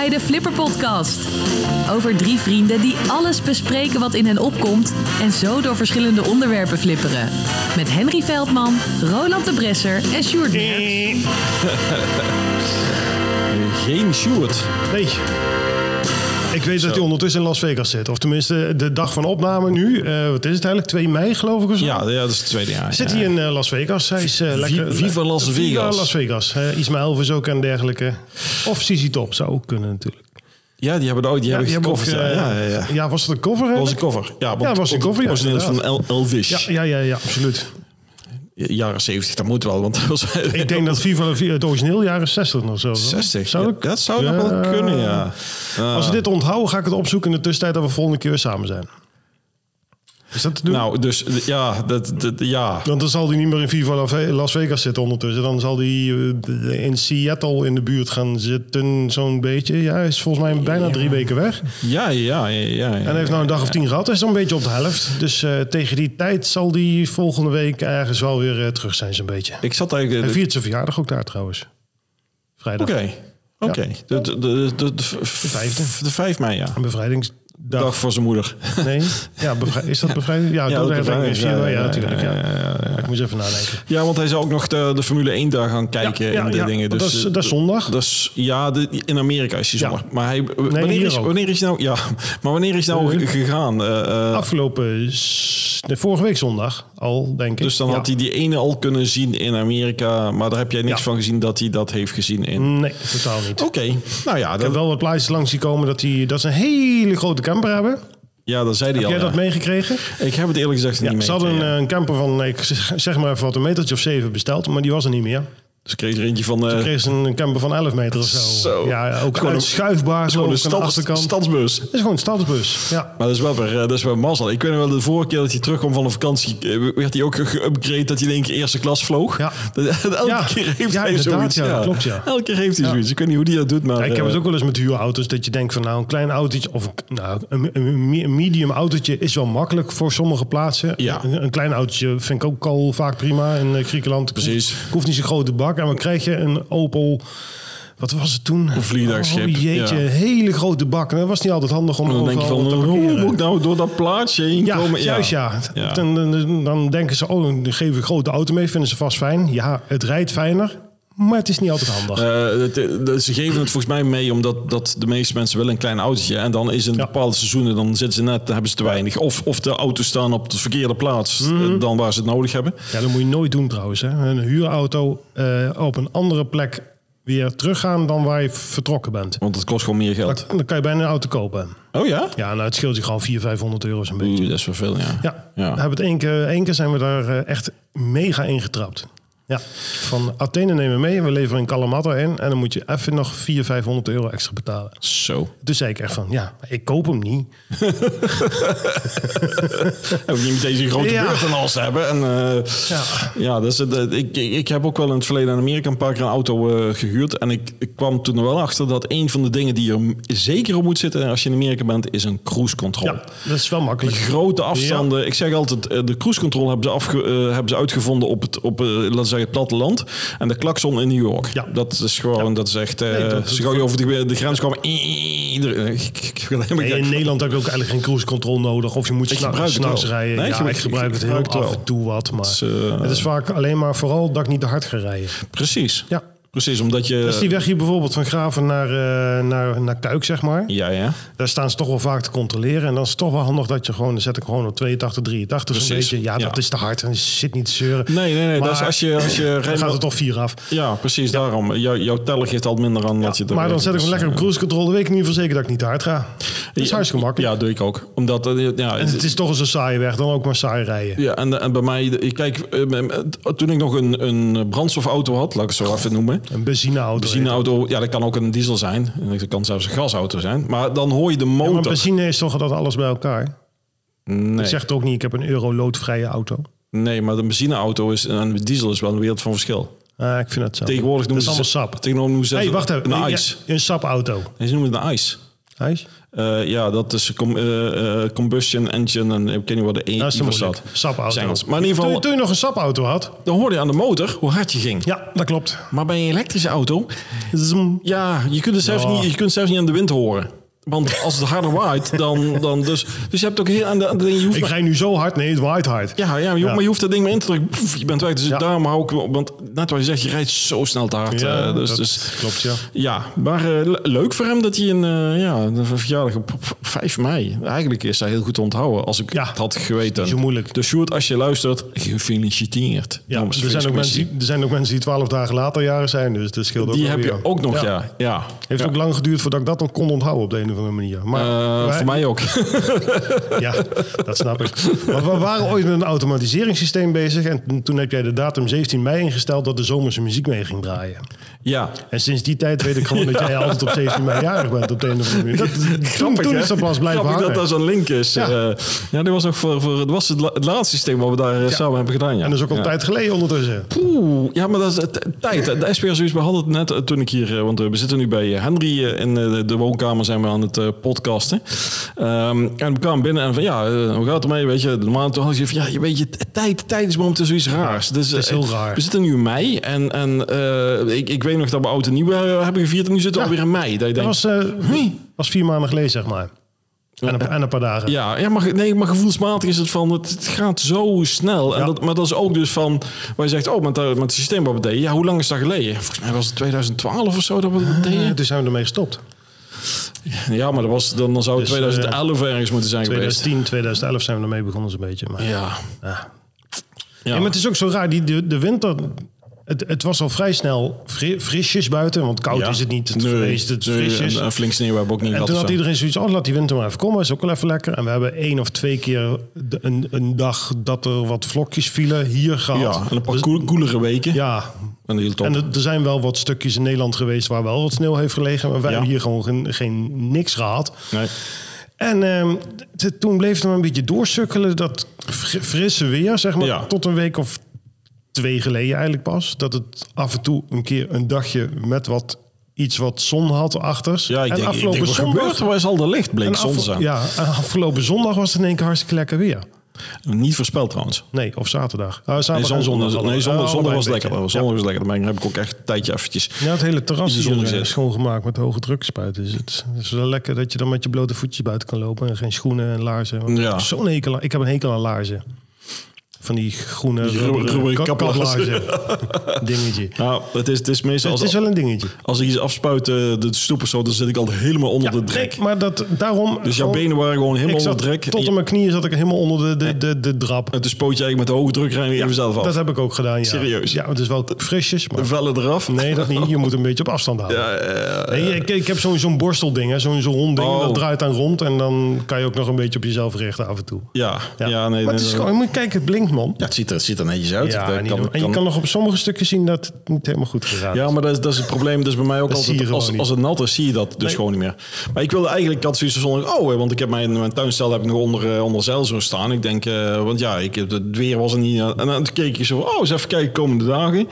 bij de Flipper Podcast. Over 3 vrienden die alles bespreken wat in hen opkomt en zo door verschillende onderwerpen flipperen. Met Henry Veldman, Roland de Bresser en Sjoerd Merks. Geen Sjoerd. Nee. Ik weet dat hij ondertussen in Las Vegas zit. Of tenminste, de dag van opname nu. Wat is het eigenlijk? 2 mei, geloof ik of zo? Ja, dat is het tweede jaar. Zit hij in Las Vegas. Hij is lekker... Viva Las Vegas. Viva Las Vegas. Ismaël Elvis ook en dergelijke. Of ZZ Top zou ook kunnen natuurlijk. Ja, die hebben gecoverd. Ja, was het een cover? Dat was een cover. Ja, was een cover. Origineel van Elvis. Ja, absoluut. Jaren 70, dat moet wel. Want dat was, ik denk dat Viva het origineel jaren 60 of zo. 60? Dat zou nog wel kunnen, ja. Als we dit onthouden, ga ik het opzoeken in de tussentijd dat we volgende keer weer samen zijn. Is dat te doen? Nou, dus ja, ja. Want dan zal hij niet meer in Viva Las Vegas zitten ondertussen. Dan zal hij in Seattle in de buurt gaan zitten, zo'n beetje. Ja, hij is volgens mij bijna 3 weken weg. Ja. En hij heeft nou een dag of 10 gehad. Hij is nog een beetje op de helft. Dus tegen die tijd zal hij volgende week ergens wel weer terug zijn, zo'n beetje. Ik zat eigenlijk... Hij viert zijn verjaardag ook daar trouwens. Vrijdag. Oké. De 5e. De 5 mei, ja. Een bevrijdingsdag. Dag voor zijn moeder. Nee? Ja, is dat bevrijding? Ja, dat bevrijding. Ja, natuurlijk. Ja. Ik moet even nadenken. Ja, want hij zou ook nog de Formule 1 daar gaan kijken en de dingen. Dus, dat is zondag. In Amerika is hij zondag. Ja. Maar wanneer is hij nou gegaan? Vorige week zondag al, denk ik. Dus dan had hij die ene al kunnen zien in Amerika. Maar daar heb jij niks van gezien dat hij dat heeft gezien in... Nee, totaal niet. Oké. Nou ja, ik heb wel wat plaatjes langs zien komen dat ze een hele grote camper hebben. Ja, dat zei hij al. Heb jij dat meegekregen? Ik heb het eerlijk gezegd niet meegekregen. Ze hadden een camper van, ik zeg maar even wat, een metertje of 7 besteld. Maar die was er niet meer. Dus kreeg er eentje van... Toen kreeg ze een camper van 11 meter of zo. Ja, ook gewoon uitschuifbaar. Gewoon een achterkant. stadsbus. Het is gewoon een stadsbus, ja. Maar dat is wel mazzel. Ik weet nog wel, de vorige keer dat hij terugkwam van de vakantie... werd hij ook geüpgrade dat hij in één keer eerste klas vloog. Ja. Elke keer heeft hij zoiets. Ja, klopt, ja. Elke keer heeft hij zoiets. Ik weet niet hoe hij dat doet, maar... Ja, ik heb het ook wel eens met huurauto's. Dat je denkt van nou, een klein autootje... of een medium autootje is wel makkelijk voor sommige plaatsen. Ja. Een klein autootje vind ik ook al vaak prima in Griekenland. Precies. Ik hoef niet zo'n grote bak. En dan krijg je een Opel... Wat was het toen? Een vliegtuigschip. Oh jeetje, een hele grote bak. En dat was niet altijd handig om dan denk je van, hoe moet ik nou door dat plaatsje heen komen? Juist, ja. Dan denken ze, dan geven we een grote auto mee. Vinden ze vast fijn. Ja, het rijdt fijner. Maar het is niet altijd handig. Ze geven het volgens mij mee omdat de meeste mensen willen een klein autootje. En dan is in bepaalde seizoenen, dan zitten ze net, dan hebben ze te weinig. Of de auto's staan op de verkeerde plaats dan waar ze het nodig hebben. Ja, dat moet je nooit doen trouwens. Hè. Een huurauto op een andere plek weer teruggaan dan waar je vertrokken bent. Want het kost gewoon meer geld. Dan kan je bijna een auto kopen. Oh ja? Ja, nou het scheelt je gewoon 400-500 euro zo'n beetje. Dat is wel veel, ja. We hebben het één keer zijn we daar echt mega ingetrapt. Ja, van Athene nemen we mee. We leveren in Kalamata in. En dan moet je even nog 400-500 euro extra betalen. Zo. Dus zei ik echt van, ik koop hem niet. Ook niet meteen zo'n grote beurt en alles hebben. En, dus, ik heb ook wel in het verleden in Amerika een paar keer een auto gehuurd. En ik kwam toen er wel achter dat een van de dingen die er zeker op moet zitten als je in Amerika bent, is een cruise control. Ja, dat is wel makkelijk. Die grote afstanden. Ja. Ik zeg altijd, de cruise control hebben ze uitgevonden op het platteland. En de klakson in New York. Ja. Dat is gewoon, dat is echt... Zo gauw je over de grens kwam... in Nederland heb je ook eigenlijk geen cruise control nodig. Of je moet s'nachts rijden. Nee, ik gebruik het heel af en toe wat. Maar het is vaak alleen maar vooral dat ik niet te hard ga rijden. Precies. Ja. Precies, omdat je... Dat is die weg hier bijvoorbeeld van Graven naar Kuik, zeg maar. Ja. Daar staan ze toch wel vaak te controleren. En dan is het toch wel handig dat je gewoon... Dan zet ik gewoon op 82, 83 zo'n beetje. Ja, dat is te hard. En je zit niet te zeuren. Nee. Maar dus als je dan gaat het toch 4 af. Ja, precies. Ja. Daarom. Jouw teller geeft al minder aan dat je... Maar dan zet ik hem lekker op cruise control. Dan weet ik in ieder geval zeker dat ik niet te hard ga. Dat is hartstikke makkelijk. Ja, doe ik ook. Omdat... en het is toch eens een saaie weg. Dan ook maar saai rijden. Ja, en bij mij... Kijk, toen ik nog een brandstofauto had, laat ik het zo even noemen. Een benzineauto. Benzineauto, ja, dat kan ook een diesel zijn. Dat kan zelfs een gasauto zijn. Maar dan hoor je de motor. Ja, maar benzine is toch dat alles bij elkaar? Nee. Ik zeg het ook niet, ik heb een euro-loodvrije auto. Nee, maar de benzineauto en een diesel is wel een wereld van verschil. Ik vind het zo. Tegenwoordig noemen ze allemaal sap. Tegenwoordig noemen ze wacht even. een ICE. Een sapauto. Ze noemen het een ICE. ICE? Ja, dat is combustion engine en ik weet niet wat de Dat is voor staat. SAP-auto. Engels. Maar in ieder geval, Toen je nog een SAP-auto had. dan hoorde je aan de motor hoe hard je ging. Ja, dat klopt. Maar bij een elektrische auto, ja, je kunt het zelfs niet aan de wind horen. Want als het harder waait, dan dus je hebt ook heel aan de je hoeft Ik rijd nu zo hard. Nee, het waait hard. Ja, maar je hoeft dat ding maar in te drukken. Poef, je bent weg. Dus daarom hou ik... Want net wat je zegt, je rijdt zo snel te hard. Ja, dus klopt, ja. Ja, maar leuk voor hem dat hij een verjaardag op 5 mei... Eigenlijk is hij heel goed te onthouden als ik het had geweten. Niet zo moeilijk. Dus Sjoerd, als je luistert, gefeliciteerd. Ja, er zijn ook mensen die 12 dagen later jaren zijn. Dus dat scheelt ook die wel heb weer. je ook nog, ja. Heeft ook lang geduurd voordat ik dat nog kon onthouden op de een of andere manier. Maar voor mij ook. Ja, dat snap ik. Maar we waren ooit met een automatiseringssysteem bezig. En toen heb jij de datum 17 mei ingesteld dat de zomerse muziek mee ging draaien. Ja. En sinds die tijd weet ik gewoon dat jij altijd op 17 mei jarig bent op de een of andere manier. Toen is dat pas blijven hangen. Dat zo'n link is. Ja, dit was nog voor het was het laatste systeem wat we daar samen hebben gedaan. Ja. En dat is ook al tijd geleden ondertussen. Ja, maar dat is tijd. De SPR, we hadden het net toen ik hier... Want we zitten nu bij Henry in de woonkamer, zijn we aan het podcasten. En we kwamen binnen en van hoe gaat het ermee? Weet je, normaal toen had ik gezegd van je weet je, tijd is momenteel zoiets raars. Dus, dat is heel raar. We zitten nu in mei en ik weet nog dat we oud en nieuw hebben gevierd en nu zitten we alweer in mei. Dat was 4 maanden geleden, zeg maar. En een paar dagen. Ja, maar gevoelsmatig is het van... Het gaat zo snel. En maar dat is ook dus van... Waar je zegt, met het systeem wat we deden. Ja, hoe lang is dat geleden? Volgens mij was het 2012 of zo dat we dat deden. Toen zijn we ermee gestopt. Ja, maar dan zou het 2011 ergens moeten zijn 2010, 2011 zijn we ermee begonnen zo'n beetje. Maar, Ja, maar het is ook zo raar. De winter... Het was al vrij snel frisjes buiten, want koud is het niet. Het frisjes. En flink sneeuw hebben we ook niet gehad. En toen had iedereen zoiets, laat die winter maar even komen. Is ook wel even lekker. En we hebben 1 of 2 keer een dag dat er wat vlokjes vielen hier gehad. Ja, en een paar koelere weken. Ja. En er zijn wel wat stukjes in Nederland geweest waar wel wat sneeuw heeft gelegen. Maar wij hebben hier gewoon geen niks gehad. Nee. En toen bleef het maar een beetje doorsukkelen. Dat frisse weer, zeg maar, tot een week of 2 geleden eigenlijk pas. Dat het af en toe een keer een dagje met iets wat zon had achter. Ja, ik denk wat gebeurt er? Waar is al de licht? Bleek zon zijn. Ja, en afgelopen zondag was het in één keer hartstikke lekker weer. Niet voorspeld trouwens. Nee, of zaterdag. Zaterdag en zondag. Nee, zondag was lekker. Zondag was lekker. Dan heb ik ook echt een tijdje eventjes... Ja, het hele terras is schoongemaakt met hoge drukspuiten. Dus het is wel lekker dat je dan met je blote voetjes buiten kan lopen. En geen schoenen en laarzen. Ja. Ik heb een hekel aan laarzen. Van die groene kaplaarzen. Dingetje. Nou, het is meestal... Het is wel een dingetje. Als ik iets afspuit, de stoep of zo, dan zit ik altijd helemaal onder de drek. Nee, maar daarom... Dus jouw benen waren gewoon helemaal onder de drek. Tot aan mijn knieën zat ik helemaal onder de drap. En toen spoot je eigenlijk met de hoge druk even zelf af. Dat heb ik ook gedaan, ja. Serieus? Ja, het is wel frisjes. Maar... De vellen eraf? Nee, dat niet. Je moet een beetje op afstand houden. Nee, ik heb zo'n borstelding, hè. Zo'n rond ding, dat draait dan rond. En dan kan je ook nog een beetje op jezelf richten af en toe. Ja. Maar het is gewoon, je moet kijken, het blinkt, man. Ja, het ziet er netjes uit. Ja, en je kan nog op sommige stukken zien dat het niet helemaal goed gegaan is. Ja, maar dat is het probleem. Dat is bij mij ook altijd. Als het nat is, zie je dat dus gewoon niet meer. Maar ik wilde eigenlijk, ik had zoiets van, want ik heb mijn tuinstel heb ik nog onder zeil zo staan. Ik denk, het weer was er niet. En dan keek ik zo, eens even kijken komende dagen.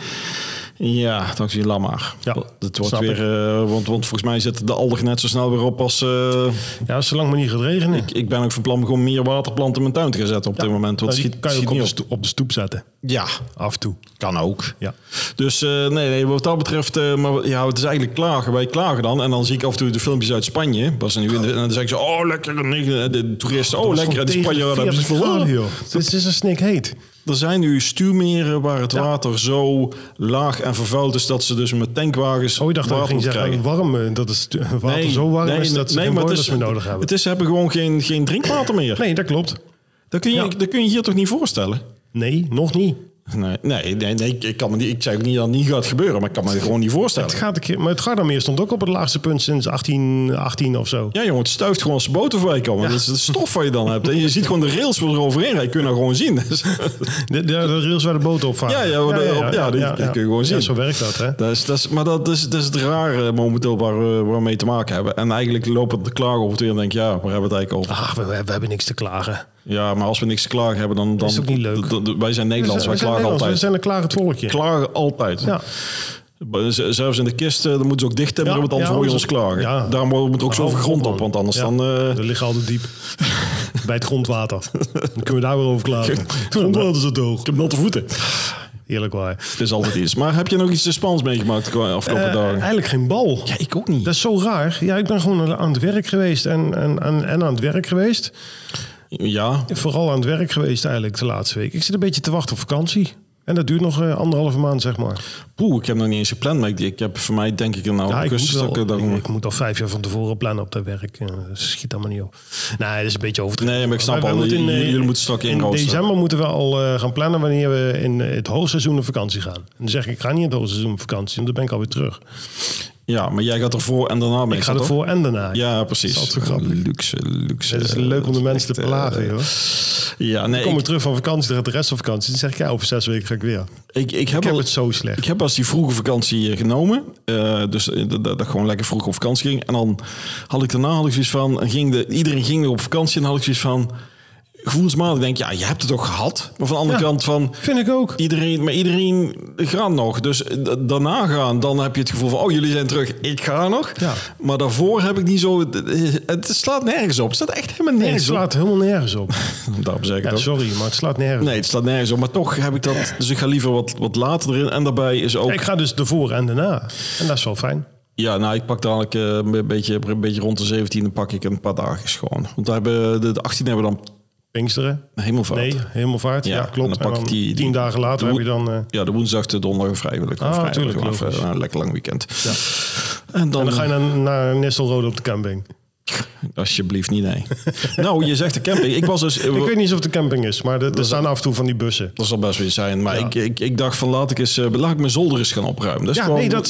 Ja, dacht je, laat maar. Ja, het wordt weer, want volgens mij zit de alder net zo snel weer op als... zolang maar niet gaat regenen. Ik ben ook van plan gewoon meer waterplanten in mijn tuin te gaan zetten op dit moment. Want die kan je ook op de stoep zetten. Ja. Af en toe. Kan ook. Ja. Dus nee, wat dat betreft... het is eigenlijk klagen. Wij klagen dan. En dan zie ik af en toe de filmpjes uit Spanje. En dan zeg ik zo, lekker. De toeristen, lekker. De Spanjaarden hebben ze vol. Het is een snik heet. Er zijn nu stuwmeren waar het water zo laag en vervuild is dat ze dus met tankwagens ik dacht dat ging zeggen warm, dat het water zo warm is dat ze geen boilers meer nodig hebben. Ze hebben gewoon geen drinkwater meer. Nee, dat klopt. Dat kun je hier toch niet voorstellen? Nee, nog niet. Nee. Ik zeg niet dat het niet gaat gebeuren, maar ik kan me gewoon niet voorstellen. Het Gardameer stond ook op het laagste punt sinds 1818 of zo. Ja, jongen, het stuift gewoon als de boten voorbij komen. Dat is de stof wat je dan hebt. En je ziet gewoon de rails waar er overheen rijden. Kun je nou gewoon zien. De rails waar de boten op varen. Die kun je gewoon zien. Ja, zo werkt dat, hè? Dat is het rare momenteel waar we mee te maken hebben. En eigenlijk lopen we te klagen over het weer en denk waar hebben we het eigenlijk over? Ach, we hebben niks te klagen. Ja, maar als we niks te klagen hebben, dan is het ook niet leuk. Wij zijn Nederlands, wij klagen altijd. We zijn een klagend volkje. Klagen altijd. Ja. Zelfs in de kist, dan moeten ze ook dicht timmeren, want anders hoor je ons klagen. Ja. Daar moet ook zoveel grond op, want anders dan... Er liggen altijd diep. Bij het grondwater. Dan kunnen we daar weer over klagen. Het grondwater is het hoog. Ik heb natte voeten. Eerlijk waar. Het is altijd iets. Maar heb je nog iets spannends meegemaakt de afgelopen dagen? Eigenlijk geen bal. Ja, ik ook niet. Dat is zo raar. Ja, ik ben gewoon aan het werk geweest en aan het werk geweest. Ja. Vooral aan het werk geweest eigenlijk de laatste week. Ik zit een beetje te wachten op vakantie. En dat duurt nog 1,5 maand, zeg maar. Poeh, ik heb nog niet eens gepland. Maar ik heb voor mij denk ik augustus... Ik moet al 5 jaar van tevoren plannen op dat werk. Schiet allemaal niet op. Nee, dat is een beetje overdreven. Nee, maar ik snap al. Jullie moeten strak inroosteren. In december moeten we al gaan plannen wanneer we in het hoogseizoen op vakantie gaan. En dan zeg ik ga niet in het hoogseizoen op vakantie. Want dan ben ik alweer terug. Ja, maar jij gaat ervoor en daarna mee. Ik ga ervoor en daarna. Ja, precies. Dat is altijd zo grappig. Luxe. Het is leuk om de mensen te plagen, joh. Ja, nee. Dan kom ik terug van vakantie, dan gaat de rest van vakantie. Dan zeg ik, ja, over 6 weken ga ik weer. Ik heb het zo slecht. Ik heb als die vroege vakantie genomen. Dus dat ik gewoon lekker vroeg op vakantie ging. En dan had ik zoiets van... Iedereen ging weer op vakantie en had ik zoiets van... Gevoelsmatig denk je, ja, je hebt het toch gehad. Maar van de andere kant van... Vind ik ook. Iedereen gaat nog. Dus daarna gaan, dan heb je het gevoel van... Oh, jullie zijn terug, ik ga nog. Ja. Maar daarvoor heb ik niet zo... Het slaat nergens op. Het slaat echt helemaal nergens op. Het slaat helemaal nergens op. Daarom zeg ik het ook. Sorry, maar het slaat nergens op. Nee, het slaat nergens op. Maar toch heb ik dat... Dus ik ga liever wat later erin. En daarbij is ook... Ik ga dus ervoor en daarna. En dat is wel fijn. Ja, nou, ik pak dadelijk een beetje rond de 17e pak ik een paar dagen gewoon. Want daar hebben de 18e hebben we dan... Pinksteren? Hemelvaart. Nee, Hemelvaart. Ja, klopt. En dan 10 dagen later heb je dan... Ja, de woensdag, de donderdag, vrijwillig. Natuurlijk. Een lekker lang weekend. Ja. En dan ga je naar Nistelrode op de camping. Alsjeblieft niet, nee. Nou, je zegt de camping. Ik weet niet eens of de camping is, maar er staan af en toe van die bussen. Dat zal best weer zijn. Maar ik dacht van laat ik mijn zolder eens gaan opruimen. Dat is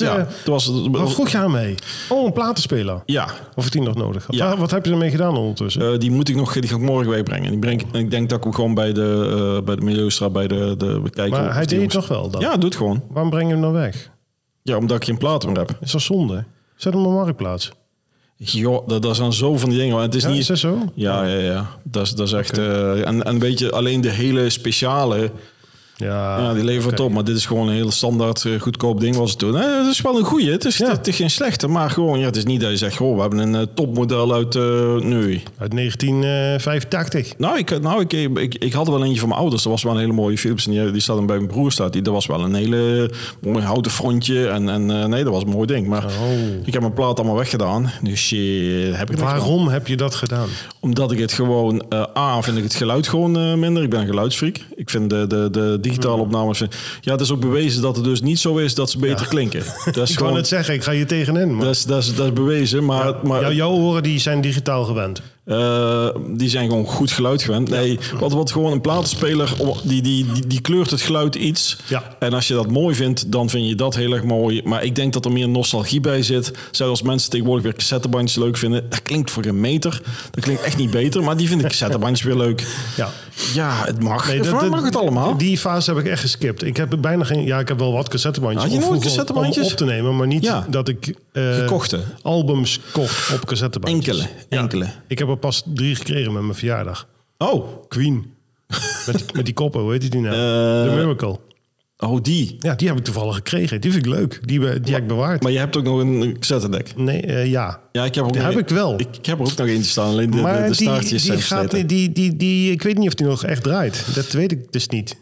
wat vroeg je aan mee? Oh, een platenspeler. Ja. Of het die nog nodig? Ja. Wat heb je ermee gedaan ondertussen? Die ga ik morgen wegbrengen. Ik denk dat ik hem gewoon bij de Milieustraat bij de bekijken. Maar hij deed het toch wel dan? Ja, doe het gewoon. Waarom breng je hem dan weg? Ja, omdat ik geen platen meer heb. Is dat zonde? Zet hem op Marktplaats. Joh, dat zijn zo van die dingen. Het is niet... Is dat zo? Ja. Dat is echt... En weet je, alleen de hele speciale... Ja, die levert op. Maar dit is gewoon een heel standaard goedkoop ding was het toen. Het is wel een goeie. Het is geen slechte. Maar gewoon, het is niet dat je zegt... we hebben een topmodel uit... nee. Uit 1985. Ik had er wel eentje van mijn ouders. Dat was wel een hele mooie Philips. En die staat dan bij mijn broer. Dat was wel een hele mooi houten frontje. En nee, dat was een mooi ding. Maar ik heb mijn plaat allemaal weggedaan. Dus heb ik Waarom heb je dat gedaan? Omdat ik het gewoon... vind ik het geluid gewoon minder. Ik ben een geluidsfreak. Ik vind de digitale opnames... Ja, het is ook bewezen dat het dus niet zo is dat ze beter klinken. Dat is ik wou net zeggen, ik ga je tegenin. Maar... Dat is bewezen, maar jouw oren die zijn digitaal gewend. Die zijn gewoon goed geluid gewend. Nee, wat gewoon een platenspeler, die kleurt het geluid iets. Ja. En als je dat mooi vindt, dan vind je dat heel erg mooi. Maar ik denk dat er meer nostalgie bij zit. Zelfs als mensen tegenwoordig weer cassettebandjes leuk vinden. Dat klinkt voor een meter. Dat klinkt echt niet beter, maar die vinden cassettebandjes weer leuk. Ja, het mag. Nee, mag het allemaal. Die fase heb ik echt geskipt. Ik heb bijna geen... Ja, ik heb wel wat cassettebandjes. Had je nooit cassettebandjes? Om op te nemen, maar niet dat ik... gekochte albums kocht op cassettebandjes. Enkele. Ik heb er pas 3 gekregen met mijn verjaardag. Oh. Queen. met die koppen, hoe heet die nou? The Miracle. Oh, die? Ja, die heb ik toevallig gekregen. Die vind ik leuk. Die heb ik bewaard. Maar je hebt ook nog een cassettedek? Nee, ja. Ja, ik heb ook heb ik wel. Ik heb er ook nog eentje staan. Alleen de staartjes zijn versleten. Ik weet niet of die nog echt draait. Dat weet ik dus niet.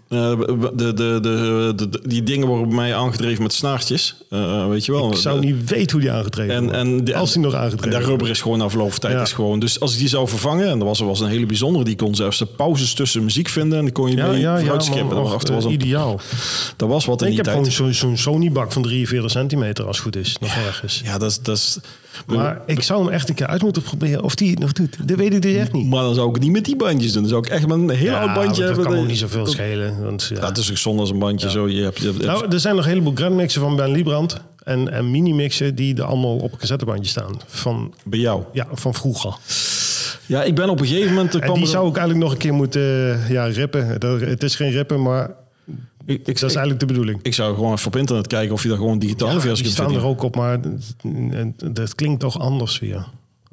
Die dingen worden bij mij aangedreven met snaartjes. Weet je wel. Ik zou niet weten hoe die aangedreven als die nog aangedreven wordt. De rubber is gewoon na verloop van tijd. Is gewoon. Dus als ik die zou vervangen, en dat was een hele bijzondere, die kon zelfs de pauzes tussen muziek vinden. En dan kon je mee vooruit skippen. Dat was ideaal. Dat was wat in die tijd. Ik heb gewoon zo'n Sony-bak van 43 centimeter als het goed is. Nog ergens. Ja, dat is... Maar ik zou hem echt een keer uit moeten proberen of die het nog doet. Dat weet ik dus echt niet. Maar dan zou ik het niet met die bandjes doen. Dan zou ik echt met een heel oud bandje hebben. Dat kan ook niet zoveel schelen. Want, dat is ook zonde als een bandje zo. Nou, er zijn nog een heleboel grandmixen van Ben Liebrand. En mini-mixen die er allemaal op een cassettebandje staan. Bij jou? Ja, van vroeger. Ja, ik ben op een gegeven moment... En die zou ik eigenlijk nog een keer moeten rippen. Het is geen rippen, maar... dat is eigenlijk de bedoeling. Ik zou gewoon even op internet kijken of je daar gewoon digitale versie kunt vinden. Die staan er ook op, maar dat klinkt toch anders weer.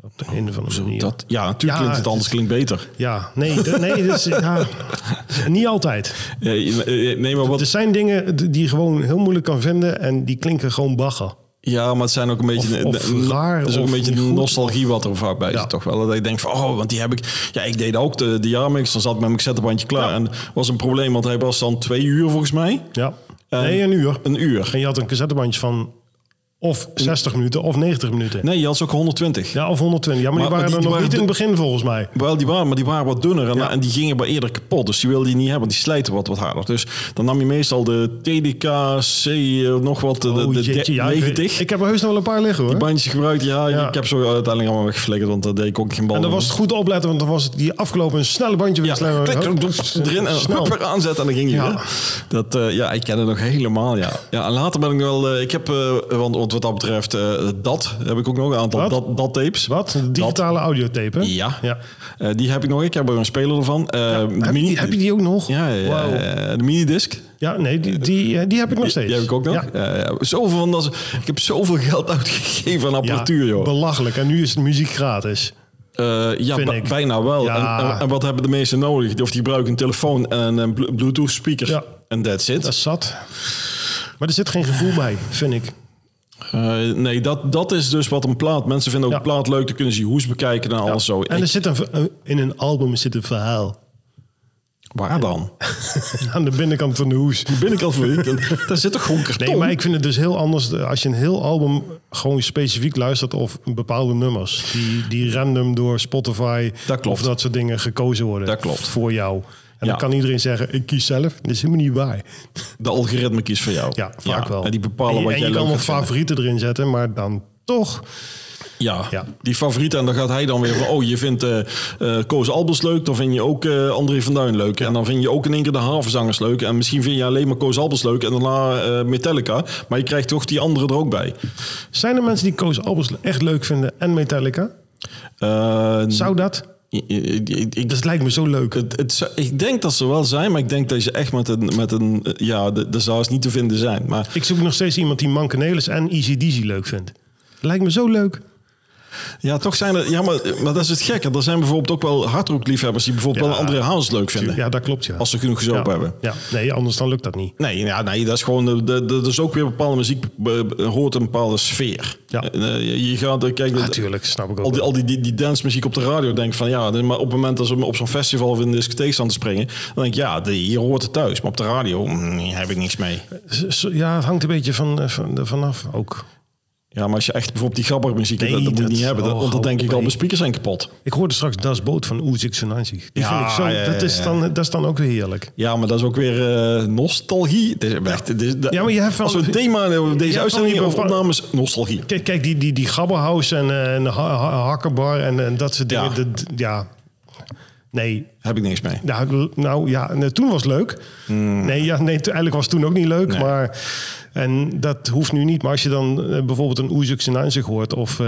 Op de een of andere manier. Natuurlijk klinkt het anders, klinkt beter. Ja, dus, niet altijd. Nee, maar wat... Er zijn dingen die je gewoon heel moeilijk kan vinden en die klinken gewoon bagger. Ja, maar het zijn ook een beetje... raar. Is ook een beetje de nostalgie wat er vaak bij zit, toch wel. Dat je denkt van, want die heb ik... Ja, ik deed ook de jaarmix. Dan zat ik met mijn cassettebandje klaar. Ja. En was een probleem, want hij was dan 2 uur volgens mij. Ja. Een uur. Een uur. En je had een cassettebandje van... Of 60 minuten of 90 minuten. Nee, je had ze ook 120. Ja, of 120. Ja, maar die waren er nog niet in het begin volgens mij. Wel, die waren wat dunner en die gingen bij eerder kapot. Dus die wilde je niet hebben, die slijten wat harder. Dus dan nam je meestal de TDK-C, nog wat, de 90. Ik heb er heus nog wel een paar liggen, hoor. Die bandjes gebruikt, ik heb zo uiteindelijk allemaal weggeflikkerd, want daar deed ik ook geen bal. En dan was het goed opletten, want dan was het die afgelopen een snelle bandje weer erin en snel weer aanzetten en dan ging je weer. Ik ken het nog helemaal, ja. En later ben ik wel, ik heb, want wat dat betreft, dat heb ik ook nog een aantal dat-tapes. Wat? Een digitale audiotape, hè? Ja. Die heb ik nog. Ik heb er een speler ervan. Heb je die ook nog? Ja. Wow. De minidisc. Ja, nee, die heb ik nog steeds. Die heb ik ook nog. Ja. Zoveel van dat. Ik heb zoveel geld uitgegeven aan apparatuur, joh. Belachelijk. En nu is de muziek gratis. Bijna wel. Ja. En wat hebben de meesten nodig? Of die gebruiken een telefoon en een Bluetooth speaker. En that's it. Dat is zat. Maar er zit geen gevoel bij, vind ik. Nee, dat is dus wat een plaat... Mensen vinden ook een plaat leuk, dan kunnen ze je hoes bekijken en alles zo. En er zit in een album zit een verhaal. Waar dan? Aan de binnenkant van de hoes. De binnenkant van de hoes? Daar zit toch gewoon karton? Nee, maar ik vind het dus heel anders als je een heel album gewoon specifiek luistert of bepaalde nummers. Die random door Spotify of dat soort dingen gekozen worden. Dat klopt. Voor jou. En dan kan iedereen zeggen, ik kies zelf. Dat is helemaal niet waar. De algoritme kiest voor jou. Ja, vaak wel. En die bepalen wat jij leuk je kan vindt. wel favorieten erin zetten, maar dan toch... Ja, die favorieten. En dan gaat hij dan weer van... je vindt Koos Albers leuk. Dan vind je ook André van Duin leuk. En dan vind je ook in één keer de Havenzangers leuk. En misschien vind je alleen maar Koos Albers leuk. En daarna Metallica. Maar je krijgt toch die andere er ook bij. Zijn er mensen die Koos Albers echt leuk vinden en Metallica? Zou dat... Dat lijkt me zo leuk. Ik denk dat ze wel zijn, maar ik denk dat je echt met een de zou niet te vinden zijn. Maar ik zoek nog steeds iemand die Mankenelis en Easy Deasy leuk vindt. Dat lijkt me zo leuk. Ja, toch zijn er... Ja, maar dat is het gekke. Er zijn bijvoorbeeld ook wel hardrockliefhebbers die bijvoorbeeld wel André Hazes leuk vinden. Ja, dat klopt, ja. Als ze genoeg gezopen hebben. Ja, nee, anders dan lukt dat niet. Nee, dat is gewoon... Dat is ook weer bepaalde muziek hoort een bepaalde sfeer. Ja. Je gaat... Kijk, natuurlijk, snap ik ook. Al die dancemuziek op de radio, denk van maar op het moment dat ze op zo'n festival of in de discotheek staan te springen, dan denk ik, hier hoort het thuis. Maar op de radio heb ik niks mee. Ja, het hangt een beetje vanaf ook. Ja, maar als je echt bijvoorbeeld die gabbermuziek dat moet je niet hebben. Want dan denk ik al, mijn speakers zijn kapot. Ik hoorde straks Das Boot van Uzik Sunansi. Die vind ik zo... Dat is dan ook weer heerlijk. Ja, maar dat is ook weer nostalgie. Het is echt, maar je hebt als we het thema deze uitzending over opnames, nostalgie. Kijk die Gabberhouse en Hakkerbar en dat soort dingen. Nee. Heb ik niks mee. Toen was het leuk. Eigenlijk was het toen ook niet leuk. Nee. Maar... En dat hoeft nu niet. Maar als je dan bijvoorbeeld een Uzik Sunansi hoort... Of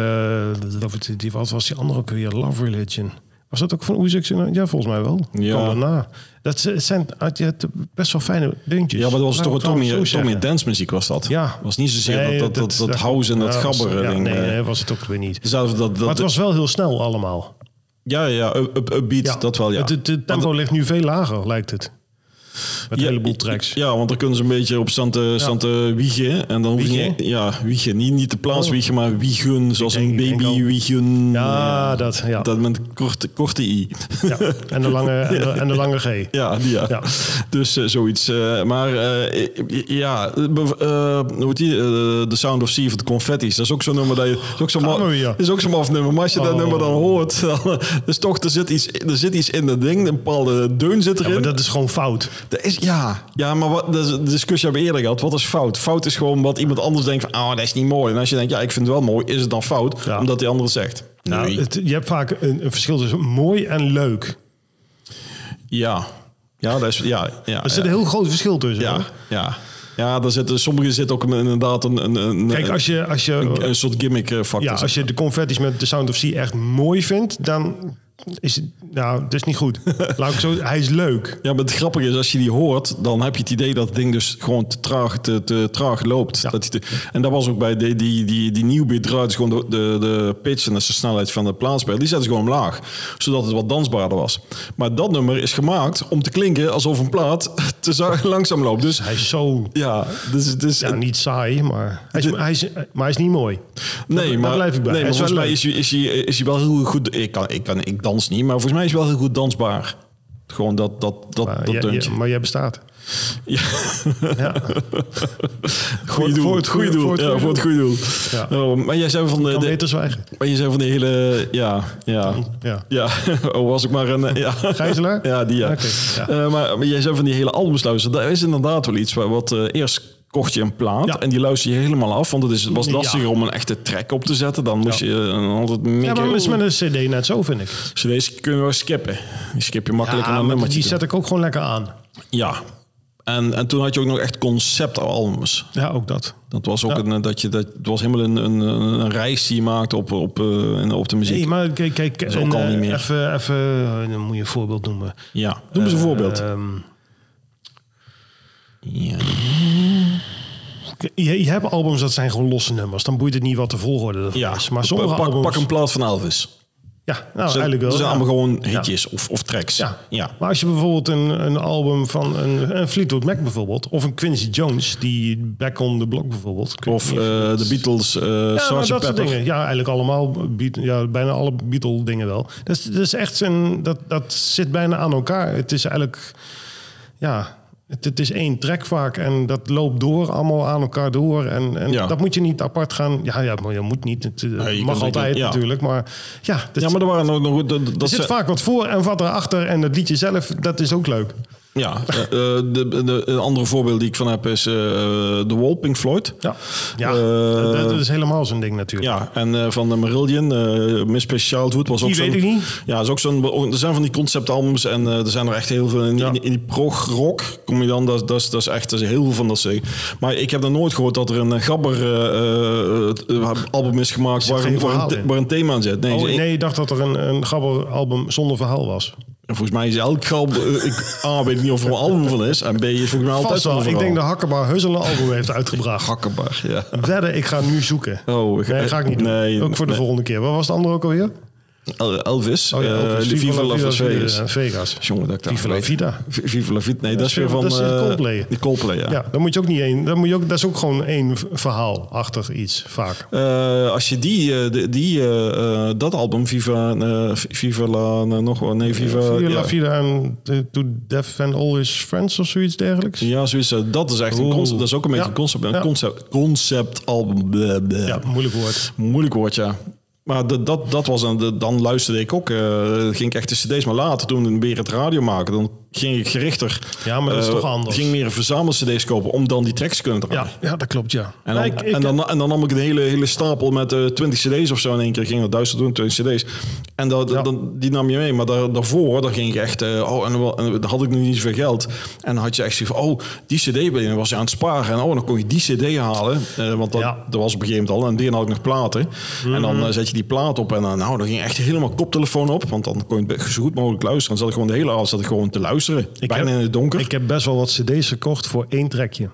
wat was die andere ook weer? Love Religion. Was dat ook van Uzik Sunansi? Ja, volgens mij wel. Ja. Kom daarna. Het zijn best wel fijne dingetjes. Ja, maar dat was toch meer dance muziek was dat? Ja. Was niet zozeer dat house en dat gabberen ding. Nee, was het ook weer niet. Dus maar het was wel heel snel allemaal. Ja, upbeat, dat wel, ja. Het tempo ligt nu veel lager, lijkt het. Met een heleboel tracks. Ja, want dan kunnen ze een beetje op stand te wiegen. En dan wiegen. Niet de plaats wiegen, maar wiegen. Zoals een baby wiegen. Ja, dat met korte i. Ja, en de lange g. Ja. Dus zoiets. Maar The Sound of Sea of the Confetti's. Dat is ook zo'n nummer dat is ook zo'n afnummer. Maar als je dat nummer dan hoort, dan is toch, er zit iets in dat ding. Een bepaalde deun zit erin. Maar dat is gewoon fout. Maar de discussie hebben we eerder gehad. Wat is fout? Fout is gewoon wat iemand anders denkt van, dat is niet mooi. En als je denkt, ik vind het wel mooi, is het dan fout? Ja. Omdat die andere het zegt. Nou, je hebt vaak een verschil tussen mooi en leuk. Ja, dat is... Ja, er zit een heel groot verschil tussen. Ja, sommige zitten ook inderdaad Kijk, als je een soort gimmick factor. Ja, als je de Confetti's met The Sound of Sea echt mooi vindt, dan dat is niet goed. Laat ik zo, hij is leuk. Ja, maar het grappige is, als je die hoort, dan heb je het idee dat het ding dus gewoon te traag loopt. Ja. En dat was ook bij die nieuwbeat draait gewoon de pitch en de snelheid van de plaatspeler. Die zetten ze gewoon omlaag, zodat het wat dansbaarder was. Maar dat nummer is gemaakt om te klinken alsof een plaat te langzaam loopt. Dus Hij is zo... ja, dus niet saai, maar hij is niet mooi. nee, Daar maar blijf ik bij. Nee, maar Hij is volgens wel mij is hij wel heel goed. Ik dans niet, maar volgens mij is hij wel heel goed dansbaar. Gewoon dat deuntje. Maar jij bestaat. Ja. Ja. Voor het goede doel. Voor het goede doel. Ja. Maar jij zei van Kan beter zwijgen. maar je zei van de hele... Ja. Was ik maar een... Ja. Gijzelaar? Ja, die ja. Okay, maar jij zei van die hele albums luisteren. Dat is inderdaad wel iets wat eerst kocht je een plaat en die luister je helemaal af. Want het was lastiger om een echte track op te zetten. Dan moest je altijd meer... Ja, maar is met een cd net zo, vind ik. CD's kunnen we skippen. Die skip je makkelijker dan een nummertje. Die zet ik ook gewoon lekker aan. Ja. En toen had je ook nog echt conceptalbums. Ja, ook dat. Dat was ook het was helemaal een reis die je maakte op de muziek. Nee, maar kijk, dat is ook al niet meer. Even, dan moet je een voorbeeld noemen. Ja, noem eens een voorbeeld. Ja. Je hebt albums dat zijn gewoon losse nummers. Dan boeit het niet wat de volgorde ervan is. Maar sommige albums... Pak een plaat van Elvis. Ja, eigenlijk wel. Dat zijn allemaal gewoon hitjes of tracks. Ja. Maar als je bijvoorbeeld een album van een Fleetwood Mac bijvoorbeeld... of een Quincy Jones, die Back on the Block bijvoorbeeld... Of de Beatles, Sgt. dat Pepper. soort dingen. Ja, eigenlijk allemaal. Bijna alle Beatle dingen wel. Dat is echt dat zit bijna aan elkaar. Het is eigenlijk... Ja... Het is één track vaak en dat loopt door, allemaal aan elkaar door. En dat moet je niet apart gaan... Ja, maar je moet niet. Het mag altijd natuurlijk, maar... Ja, maar er waren nog... Er zit vaak wat voor en wat erachter. En het liedje zelf, dat is ook leuk. Ja, de andere voorbeeld die ik van heb is The Wall, Pink Floyd. Ja, dat is helemaal zo'n ding natuurlijk. Ja, en van de Marillion, Misplaced Childhood was ook die weet ik niet. Ja, is ook er zijn van die conceptalbums en er zijn er echt heel veel in die prog-rock. Kom je dan, dat is echt heel veel van dat zeggen. Maar ik heb nog nooit gehoord dat er een Gabber album is gemaakt waar een thema aan zit. Nee, ik dacht dat er een Gabber album zonder verhaal was. En volgens mij is elk album... A, weet ik niet of er een album van is. En B, is volgens mij altijd wel. Ik denk dat Hakkebaar heus al een album heeft uitgebracht. Hakkebaar, ja. Wedden, ik ga nu zoeken. Nee, ga ik niet doen. Nee, ook voor de volgende keer. Wat was het andere ook alweer? Elvis. Viva la Vegas. Jongen, dat Viva la Vida. Viva la Vida. Nee, dat is weer van... Dat is Coldplay. Die Coldplay, ja. Ja, dan moet je ook niet één... Dat is ook gewoon één verhaal achter iets, vaak. Als je dat album, Viva la... nog wel... Nee, Viva la Vida en To Death and All His Friends of zoiets dergelijks. Ja, zoiets. Dat is echt een concept. Dat is ook een beetje een conceptalbum. Ja, Moeilijk woord, ja. Maar dat was dan luisterde ik ook. Ging ik echt de cd's. Maar later, toen weer het radio maken, dan ging ik gerichter. Ja, maar dat is toch anders. Ging meer een verzamel-cd's kopen om dan die tracks te kunnen draaien. Ja, dat klopt, ja. En dan nam ik een hele stapel met 20 cd's of zo in één keer. Ging er 1020 cd's. En die nam je mee. Maar daarvoor ging ik echt... en dan had ik nog niet zoveel geld. En dan had je echt zo van... die cd was je aan het sparen. En dan kon je die cd halen. Want dat was op een gegeven moment al. En die had ik nog platen. Mm-hmm. En dan zet je die plaat op. En dan ging echt helemaal koptelefoon op. Want dan kon je het zo goed mogelijk luisteren. Dan zat ik gewoon de hele avond te luisteren. Bijna in het donker. Ik heb best wel wat cd's gekocht voor één trekje.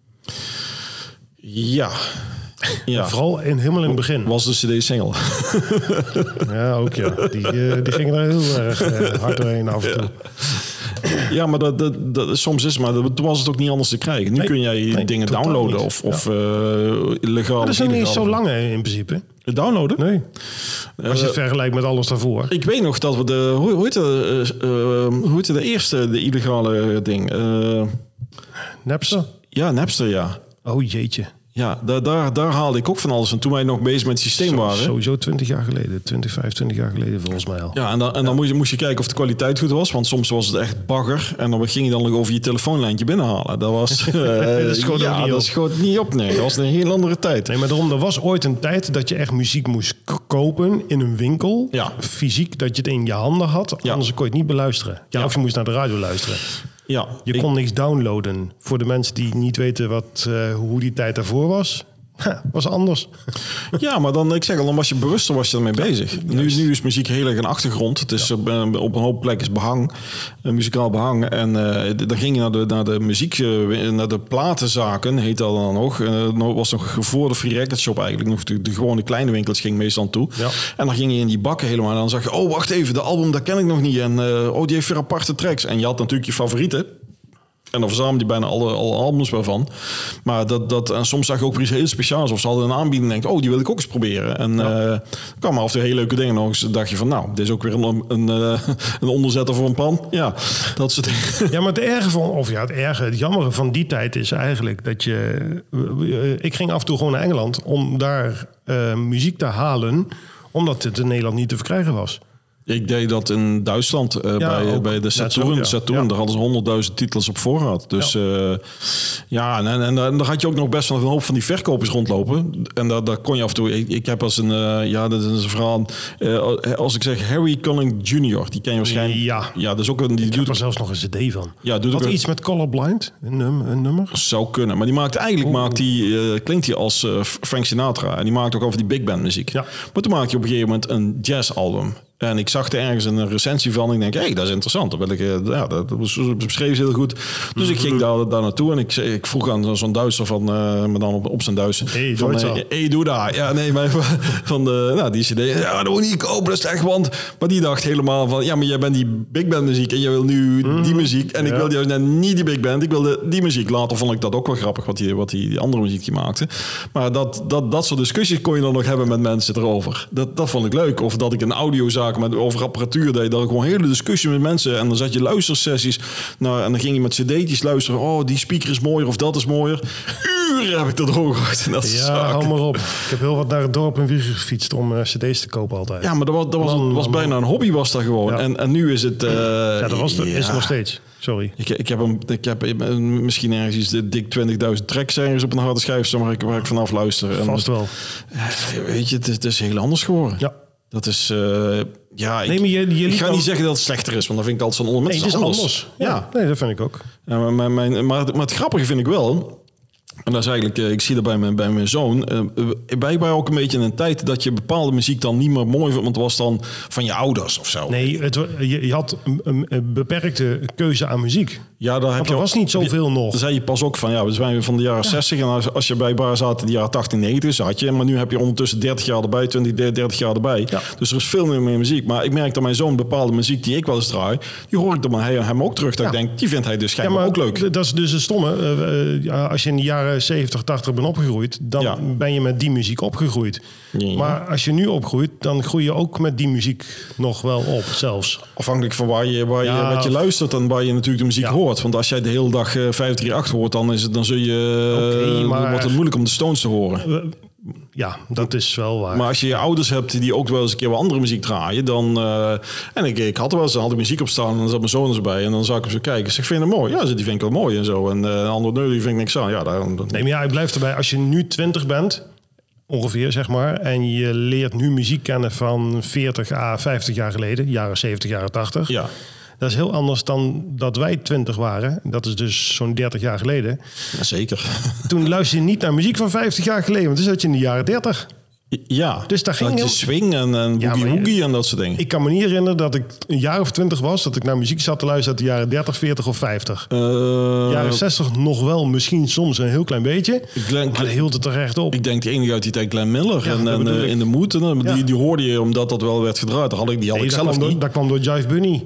Ja. Vooral helemaal in het begin. Was de cd-single. Ja, ook ja. Die gingen er heel erg hard doorheen af en toe. Ja, maar soms is het maar. Toen was het ook niet anders te krijgen. Nu kun jij dingen downloaden of legaal. Maar dat is nog niet zo lang in principe. Downloaden? Nee. Als je het vergelijkt met alles daarvoor. Ik weet nog dat we hoe heette de eerste, de illegale ding? Napster? Ja, Napster, ja. Oh jeetje. Ja, daar haalde ik ook van alles. En toen wij nog bezig met het systeem waren... Sowieso 25 jaar geleden volgens mij al. Ja, en dan moest je kijken of de kwaliteit goed was. Want soms was het echt bagger. En dan ging je dan nog over je telefoonlijntje binnenhalen. Dat was... dat schoot niet op. Nee, dat was een heel andere tijd. Nee, maar daarom, er was ooit een tijd dat je echt muziek moest kopen in een winkel. Ja. Fysiek, dat je het in je handen had. Ja. Anders kon je het niet beluisteren. Ja, of je moest naar de radio luisteren. Ja, je kon niks downloaden. Voor de mensen die niet weten hoe die tijd daarvoor was. was anders. Ja, maar dan, dan was je bewuster ermee bezig. Nu is muziek heel erg een achtergrond. Het is op een hoop plekken behang, muzikaal behang. En dan ging je naar de muziek, naar de platenzaken, heet dat dan nog. Was nog voor de Free Record Shop eigenlijk nog de gewone kleine winkels ging meestal toe. Ja. En dan ging je in die bakken helemaal. En dan zag je, oh wacht even, de album dat ken ik nog niet. En die heeft weer aparte tracks. En je had natuurlijk je favorieten. En dan verzamelde je bijna alle albums wel van. Maar en soms zag je ook weer iets heel speciaals. Of ze hadden een aanbieding en denk die wil ik ook eens proberen. En kwam af en toe hele leuke dingen nog eens. Dacht je van, nou, dit is ook weer een onderzetter voor een pan. Ja, dat soort dingen. Ja, maar het jammere van die tijd is eigenlijk dat ik ging af en toe gewoon naar Engeland om daar muziek te halen, omdat het in Nederland niet te verkrijgen was. Ik deed dat in Duitsland bij de Saturn. Daar hadden ze 100.000 titels op voorraad. Dus en daar had je ook nog best wel een hoop van die verkopers rondlopen. En daar kon je af en toe... Ik heb als dat is een verhaal... als ik zeg Harry Connick Jr., die ken je waarschijnlijk. Ja, dat is ook ik heb er zelfs nog een cd van. Ja, doet ook iets met Colorblind, een nummer? Zou kunnen. Maar die maakt eigenlijk klinkt hij als Frank Sinatra. En die maakt ook over die big band muziek. Ja. Maar toen maak je op een gegeven moment een jazzalbum. En ik zag er ergens een recensie van. Ik denk, dat is interessant. Dat beschreef ze heel goed. Dus ik ging daar naartoe. En ik vroeg aan zo'n Duitser van... maar dan op zijn Duits. Doe daar. Ja, nee, maar van die cd. Ja, dat moet niet kopen. Dat is echt. Maar die dacht helemaal van... Ja, maar jij bent die big band muziek. En jij wil nu die muziek. En ik wilde juist net niet die big band. Ik wilde die muziek. Later vond ik dat ook wel grappig. Wat die andere muziek die maakte. Maar dat soort discussies kon je dan nog hebben met mensen erover. Dat vond ik leuk. Of dat ik een audiozaak over apparatuur deed, dat ik gewoon hele discussie met mensen en dan zat je luistersessies en dan ging je met cd'tjes luisteren. Oh, die speaker is mooier of dat is mooier. Uren heb ik dat hooggehoord. Hou maar op. Ik heb heel wat naar het dorp en Wiegen gefietst om cd's te kopen altijd. Ja, maar dat was bijna een hobby was dat gewoon. Ja. En nu is het... is het nog steeds. Sorry. Ik heb misschien ergens iets dik 20.000 tracks ergens op een harde schijf waar ik vanaf luister. Vast wel. Weet je, het is heel anders geworden. Ja. Dat is... ik ga niet zeggen dat het slechter is, want dan vind ik altijd zo'n onder. Nee, het is anders. Ja. Nee, dat vind ik ook. Ja, maar het grappige vind ik wel... En dat is eigenlijk, ik zie dat bij mijn zoon. Wij waren ook een beetje in een tijd dat je bepaalde muziek dan niet meer mooi vond, want het was dan van je ouders of zo. Nee, je had een beperkte keuze aan muziek. Ja, er was niet zoveel nog. Dan zei je pas ook van, we zijn van de jaren 60 en als je bij bar zat in de jaren 80, 90 zat je, maar nu heb je ondertussen 30 jaar erbij, 30 jaar erbij. Ja. Dus er is veel meer muziek. Maar ik merk dat mijn zoon bepaalde muziek die ik wel eens draai, die hoor ik dan hem ook terug. Dat ik denk, die vindt hij dus schijnbaar ook leuk. Dat is dus het stomme. Als je in de jaren 70, 80 bent opgegroeid, dan ben je met die muziek opgegroeid. Ja. Maar als je nu opgroeit, dan groei je ook met die muziek nog wel op, zelfs. Afhankelijk van wat je luistert en waar je natuurlijk de muziek hoort. Want als jij de hele dag 538 hoort, dan zul je wordt het moeilijk om de Stones te horen. Ja, dat is wel waar. Maar als je ouders hebt die ook wel eens een keer wat andere muziek draaien, dan... en ik had er wel eens, dan had ik muziek op staan en dan zat mijn zoon erbij. En dan zag ik hem zo kijken. Ik zeg, vind je het mooi? Ja, die vind ik wel mooi en zo. En de andere die vind ik niks aan. Ja, nee, maar ik blijf erbij. Als je nu 20 bent, ongeveer zeg maar, en je leert nu muziek kennen van 40 à 50 jaar geleden, jaren 70, jaren 80... Ja. Dat is heel anders dan dat wij 20 waren. Dat is dus zo'n 30 jaar geleden. Ja, zeker. Toen luisterde je niet naar muziek van 50 jaar geleden. Want toen zat je in de jaren 30. Ja, dus daar ging je swing en boogie en dat soort dingen. Ik kan me niet herinneren dat ik een jaar of 20 was, dat ik naar muziek zat te luisteren uit de jaren 30, 40 of 50. Jaren 60 nog wel, misschien soms een heel klein beetje. Maar dat hield het er echt op. Ik denk de enige uit die tijd Glenn Miller en In de Mood. Die hoorde je omdat dat wel werd gedraaid. Die had ik zelf niet. Dat kwam door Jive Bunny.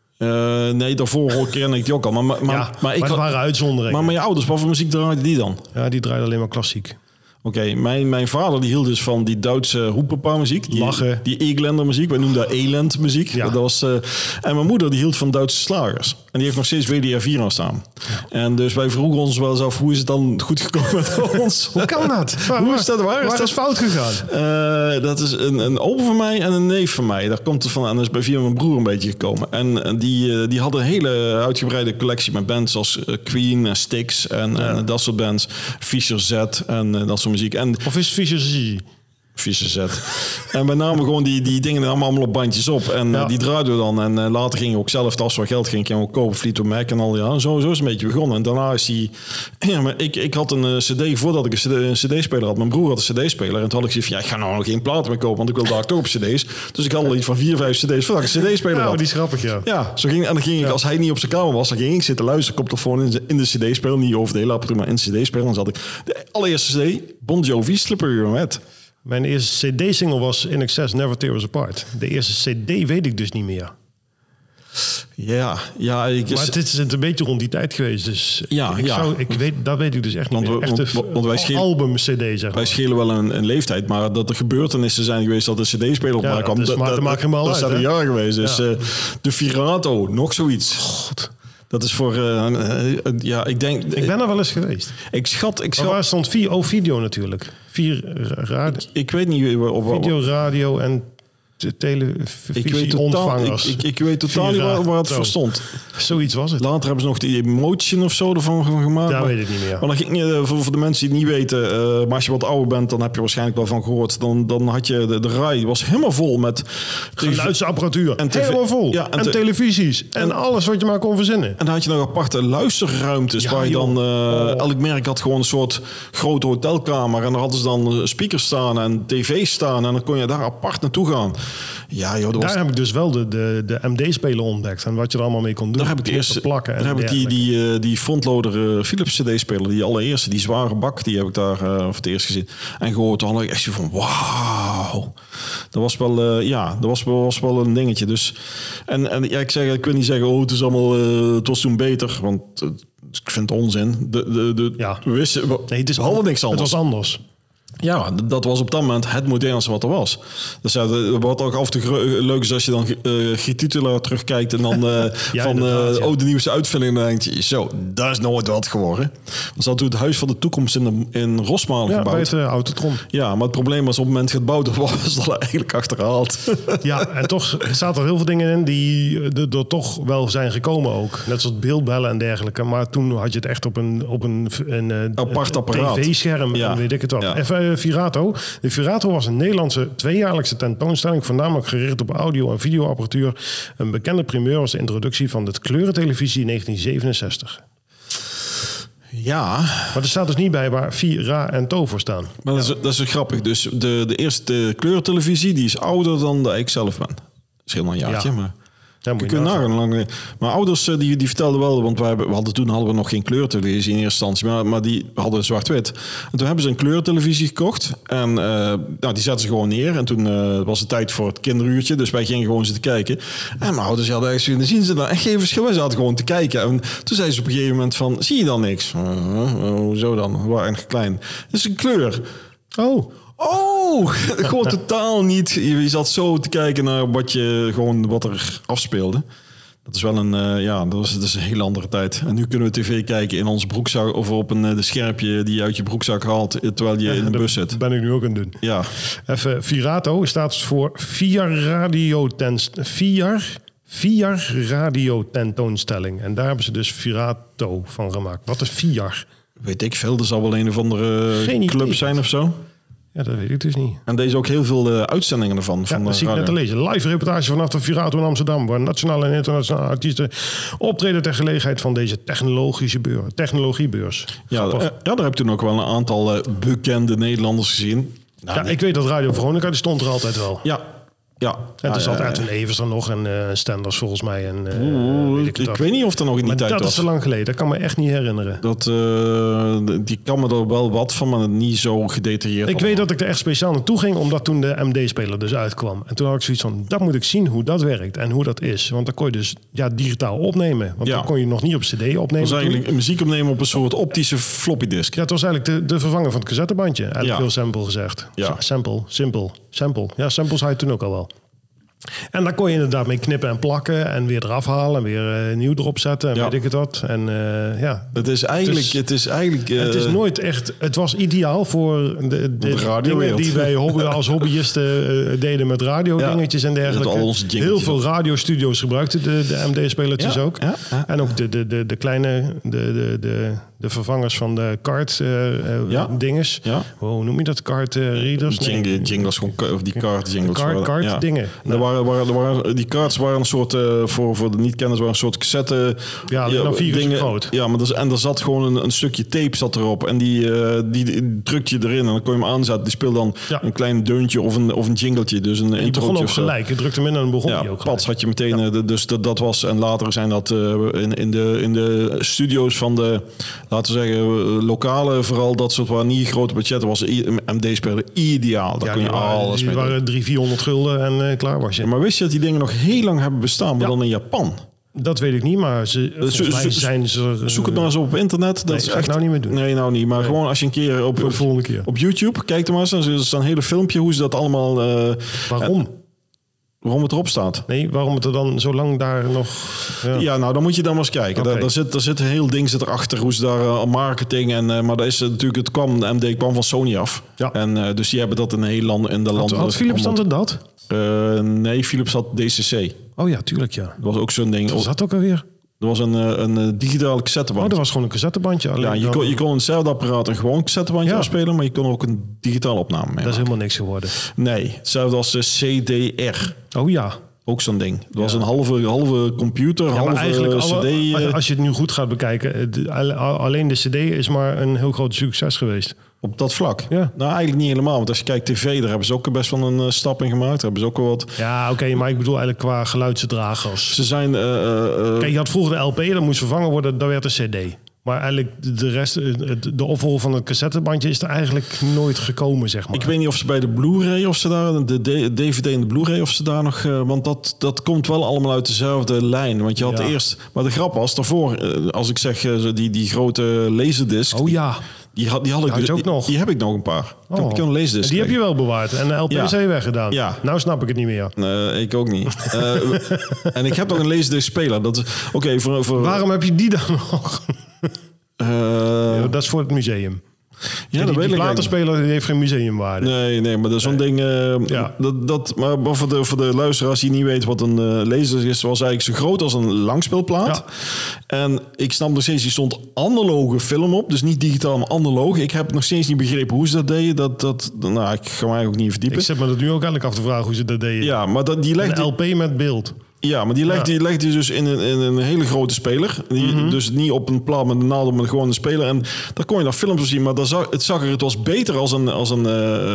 Nee, daarvoor kende ik die ook al. Maar dat waren uitzonderingen. Maar je ouders, wat voor muziek draaiden die dan? Ja, die draaiden alleen maar klassiek. Oké, mijn vader die hield dus van die Duitse hoepepa-muziek. Die Eglander muziek. Wij noemden dat Elend muziek. Ja. Dat was, en mijn moeder die hield van Duitse slagers. En die heeft nog steeds WDR 4 aan staan. Ja. En dus wij vroegen ons wel eens af, hoe is het dan goed gekomen met ons? Hoe kan dat? Hoe is dat? Waar is fout gegaan? Dat is een opa van mij en een neef van mij. Daar komt het van. En dat is bij via mijn broer een beetje gekomen. En die hadden een hele uitgebreide collectie met bands als Queen en Styx en dat soort bands. Fischer Z en dat soort muziek. Of is Fischer Z? Vieze zet. En we namen gewoon die dingen allemaal op bandjes op. En die draaiden we dan. En later ging je ook zelf, als we geld ging ook kopen, Fleetwood Mac en al. Ja, en zo is het een beetje begonnen. En daarna is hij... Ja, maar ik had een cd, voordat ik een cd-speler had. Mijn broer had een cd-speler. En toen had ik gezegd, ik ga nou nog geen platen meer kopen, want ik wil daar toch op cd's. Dus ik had al iets van 4, 5 cd's voordat ik een cd-speler had. Die is grappig, ja. Ja, zo ging, en dan ging ik, als hij niet op zijn kamer was, dan ging ik zitten luisteren, koptelefoon in de cd-speler. Niet over de hele apparatuur, maar in de cd-speler. Dan zat ik de allereerste cd, Bon Jovi, Slippery When Wet. Mijn eerste CD-single was In Excess, Never Tear Us Apart. De eerste CD weet ik dus niet meer. Ja. Maar dit is een beetje rond die tijd geweest. Dus dat weet ik dus echt niet meer. Want wij album-CD, zeg maar. Wij schelen wel een leeftijd, maar dat er gebeurtenissen zijn geweest dat de CD-speler op mij kwam. Dat maakt hem al uit. Dat is een jaar geweest. Dus de Virato, nog zoiets. God. Dat is voor, ik denk... Ik ben er wel eens geweest. Ik schat... Maar waar stond video natuurlijk? Ik weet niet of... Video, radio en televisie-ontvangers. Ik weet totaal niet waar het voor stond. Zoiets was het. Later hebben ze nog die Emotion of zo ervan gemaakt. Daar weet ik niet meer. Maar dan ging je, voor de mensen die het niet weten, maar als je wat ouder bent, dan heb je waarschijnlijk wel van gehoord. Dan had je de rij, was helemaal vol met geluidsapparatuur. Helemaal vol. Ja, en televisies. En alles wat je maar kon verzinnen. En dan had je nog aparte luisterruimtes waar je dan... elk merk had gewoon een soort grote hotelkamer. En daar hadden ze dan speakers staan en tv's staan. En dan kon je daar apart naartoe gaan. Ja, joh, daar heb ik dus wel de MD-speler ontdekt. En wat je er allemaal mee kon doen. Daar heb ik de eerste plakken. Daar heb ik die frontloader Philips CD-speler, die allereerste, die zware bak, die heb ik daar voor het eerst gezien. En gehoord, toen had ik echt zo van, wauw. Dat was wel, dat was wel een dingetje. Dus, en ik wil niet zeggen, het is allemaal, het was toen beter, want ik vind het onzin. We wisten, we hadden niks anders. Het was anders. Ja, dat was op dat moment het modernste wat er was. Dus wat ook af en toe leuk is als je dan Giet Titulaar terugkijkt en dan de nieuwste uitvulling, dan denk je, zo, dat is nooit wat geworden. We hadden toen het Huis van de Toekomst in Rosmalen gebouwd. Bij het Autotron. Ja, maar het probleem was op het moment gebouwd was dat eigenlijk achterhaald. Ja, en toch zaten er heel veel dingen in die er toch wel zijn gekomen ook. Net zoals beeldbellen en dergelijke. Maar toen had je het echt op een apart apparaat. TV-scherm en weet ik het wat. Ja. Even Virato. De Virato was een Nederlandse tweejaarlijkse tentoonstelling, voornamelijk gericht op audio- en videoapparatuur. Een bekende primeur was de introductie van de kleurentelevisie in 1967. Ja. Maar er staat dus niet bij waar Vira en To voor staan. Maar dat is grappig. Dus de eerste kleurentelevisie, die is ouder dan dat ik zelf ben. Dat is helemaal een jaartje, maar... Je kunt nagaan. Maar ouders die vertelden wel, want toen hadden we nog geen kleurtelevisie in eerste instantie, maar die hadden zwart-wit. En toen hebben ze een kleurtelevisie gekocht en die zetten ze gewoon neer. En toen was het tijd voor het kinderuurtje, dus wij gingen gewoon zitten kijken. En mijn ouders hadden echt zoiets, zien ze dan echt geen verschil? Ze hadden gewoon te kijken. En toen zeiden ze op een gegeven moment van, zie je dan niks? Hoezo dan? Waar en klein. Dat is een kleur. Oh, gewoon totaal niet. Je zat zo te kijken naar wat er afspeelde. Dat is wel dat is een hele andere tijd. En nu kunnen we tv kijken in onze broekzak of op de schermpje die je uit je broekzak haalt terwijl je in de bus zit. Dat ben ik nu ook aan het doen. Ja. Even, Virato staat voor VIAR radiotentoonstelling. En daar hebben ze dus Virato van gemaakt. Wat is VIAR? Weet ik veel. Er zal wel een of andere club zijn of zo. Ja, dat weet ik dus niet. En deze ook heel veel uitzendingen ervan. Ja, dat zie ik net te lezen. Live reportage vanaf de Virato in Amsterdam, waar nationale en internationale artiesten optreden ter gelegenheid van deze technologiebeurs. Ja, daar heb je toen ook wel een aantal bekende Nederlanders gezien. Ik weet dat Radio Veronica, die stond er altijd wel. Ja. En er zat Edwin Evers er nog en Stenders volgens mij. En, ik weet niet of er nog in die tijd was. Dat is te lang geleden, dat kan me echt niet herinneren. Die kan me er wel wat van, maar niet zo gedetailleerd. Ik weet dat ik er echt speciaal naartoe ging, omdat toen de MD-speler dus uitkwam. En toen had ik zoiets van, dat moet ik zien hoe dat werkt en hoe dat is. Want dan kon je dus digitaal opnemen. Want dan kon je nog niet op cd opnemen. Dat was eigenlijk muziek opnemen op een soort optische floppy disk. Ja, het was eigenlijk de vervanger van het cassettebandje. Eigenlijk heel simpel gezegd. Ja. Simpel. Ja, samples had je toen ook al wel. En daar kon je inderdaad mee knippen en plakken en weer eraf halen en weer nieuw erop zetten en weet ik het wat. En het is eigenlijk. Het is nooit echt. Het was ideaal voor de dingen die wij als hobbyisten deden met radio-dingetjes en dergelijke. Heel veel radiostudio's gebruikten de MD-spelertjes ook. Ja. En ook de kleine De vervangers van de card dinges. Ja. Hoe noem je dat? Card readers? Jingles, of die card jingles. Card dingen. Die cards waren een soort, voor de niet-kenners, waren een soort cassette. Ja, dan 4 dingen groot. Ja, maar er zat gewoon een stukje tape zat erop. En die druk je erin en dan kon je hem aanzetten. Die speelde dan een klein deuntje of een jingletje. Dus een die begon ook gelijk. Je drukte hem in en dan begon hij ook gelijk. Had je meteen. Dus dat was. En later zijn dat in de studio's van de, laten we zeggen, lokale, vooral dat soort waar niet grote budgetten was. MD-speler ideaal. Daar kon je alles mee. Die waren 300-400 gulden en klaar was je. Ja, maar wist je dat die dingen nog heel lang hebben bestaan, maar dan in Japan? Dat weet ik niet, maar zijn ze... Zoek het maar eens op internet. Dat is ga ik nou niet meer doen. Nee, nou niet. Maar gewoon als je een keer op YouTube, kijk er maar eens. Er is een hele filmpje hoe ze dat allemaal... Waarom het erop staat. Nee, waarom het er dan zo lang daar nog... Ja, nou, dan moet je dan maar eens kijken. Okay. Daar zit een heel ding erachter, hoe ze daar marketing en... maar dat is natuurlijk, de MD kwam van Sony af. Ja. En dus die hebben dat in heel land... Had Philips dan dat? Nee, Philips had DCC. Oh ja, tuurlijk ja. Dat was ook zo'n ding. Was dat ook alweer? Er was een digitale cassetteband. Oh, dat was gewoon een cassettebandje. Alleen je kon hetzelfde apparaat een gewoon cassettebandje afspelen, maar je kon ook een digitale opname mee. Dat is helemaal niks geworden. Nee, hetzelfde als CDR. Oh ja. Ook zo'n ding. Dat was een halve computer, halve CD. Als je het nu goed gaat bekijken, alleen de CD is maar een heel groot succes geweest. Op dat vlak? Ja. Nou, eigenlijk niet helemaal. Want als je kijkt tv, daar hebben ze ook best wel een stap in gemaakt. Daar hebben ze ook wel wat... Ja, oké, maar ik bedoel eigenlijk qua geluidsdragers. Ze zijn... Kijk, je had vroeger de LP, dat moest vervangen worden, dat werd een CD. Maar eigenlijk de rest, de opvolger van het cassettebandje is er eigenlijk nooit gekomen, zeg maar. Ik weet niet of ze bij de Blu-ray, of ze daar, de DVD en de Blu-ray, of ze daar nog... want dat komt wel allemaal uit dezelfde lijn. Want je had eerst... Maar de grap was, daarvoor, als ik zeg, die grote laserdisc... Oh ja. Die had ik ook nog. Die heb ik nog een paar. Ik een leesdisc. Die heb je wel bewaard. En de LP's weggedaan. Ja. Nou snap ik het niet meer. Nee, ik ook niet. En ik heb nog een leesdisc speler. Dat is oké. Waarom heb je die dan nog? Dat is voor het museum. Ja, die platenspeler heeft geen museumwaarde. Nee, maar dat is zo'n ding... maar voor de luisteraars die niet weten wat een laser is... was eigenlijk zo groot als een langspeelplaat. Ja. En ik snap nog steeds, die stond analoge film op. Dus niet digitaal, maar analoog. Ik heb nog steeds niet begrepen hoe ze dat deden. Nou, ik ga mij ook niet verdiepen. Ik zet me dat nu ook eigenlijk af te vragen hoe ze dat deden. Ja, maar die legt... Een LP met beeld. Ja, maar die legt hij dus in een hele grote speler. Dus niet op een plaat met een naald, maar gewoon een speler. En daar kon je dan films op zien. Maar het was beter als een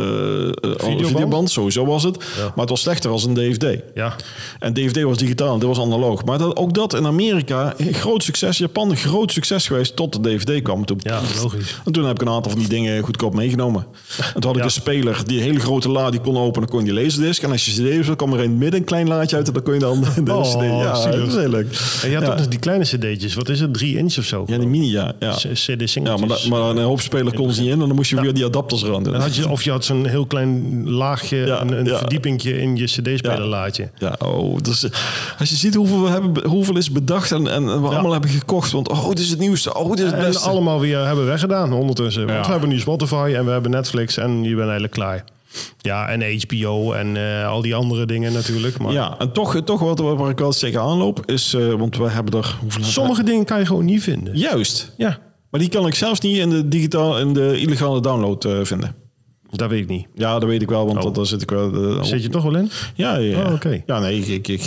videoband. Sowieso was het. Ja. Maar het was slechter als een DVD. Ja. En DVD was digitaal en dit was analoog. Maar ook dat in Amerika, groot succes. Japan, een groot succes geweest tot de DVD kwam. Ja, logisch. En toen heb ik een aantal van die dingen goedkoop meegenomen. En toen had ik een speler, die hele grote la, die kon openen. Dan kon je die laserdisc. En als je CD was, kwam er in het midden een klein laadje uit. En dan kon je dan... CD. Ja, dat is heel leuk. En je had ook nog die kleine cd'tjes. Wat is het? 3 inch of zo? Ja, die mini, ja. CD-singeltjes. Ja, maar een hoopspeler kon ze niet in. En dan moest je weer die adapters eraan doen. Of je had zo'n heel klein laagje, een verdiepingje in je cd-spelerlaadje. Ja, dus, als je ziet hoeveel is bedacht en we allemaal hebben gekocht. Want dit is het nieuwste. Dit is het beste. En allemaal weer hebben weggedaan ondertussen. Want we hebben nu Spotify en we hebben Netflix en je bent eigenlijk klaar. Ja, en HBO en al die andere dingen natuurlijk. Maar... Ja, en toch waar ik wel tegenaan loop is... want we hebben er... Sommige dingen kan je gewoon niet vinden. Juist. Ja. Maar die kan ik zelfs niet in de illegale download vinden. Dat weet ik niet. Ja, dat weet ik wel, want daar zit ik wel... Zit je toch wel in? Ja. Oh, okay. Ja, nee, ik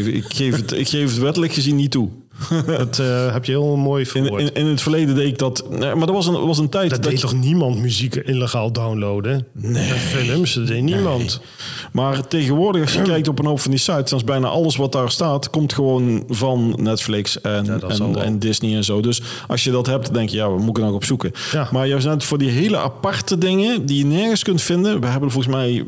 geef het wettelijk gezien niet toe. Dat heb je heel mooi verwoord. In het verleden deed ik dat... Nee, maar er was een tijd... Dat deed toch niemand muziek illegaal downloaden? Nee. Films, dat deed niemand. Nee. Maar tegenwoordig, als je kijkt op een hoop van die sites... dan is bijna alles wat daar staat... komt gewoon van Netflix en Disney en zo. Dus als je dat hebt, dan denk je... we moeten er nog op zoeken. Ja. Maar juist net voor die hele aparte dingen... die je nergens kunt vinden... we hebben volgens mij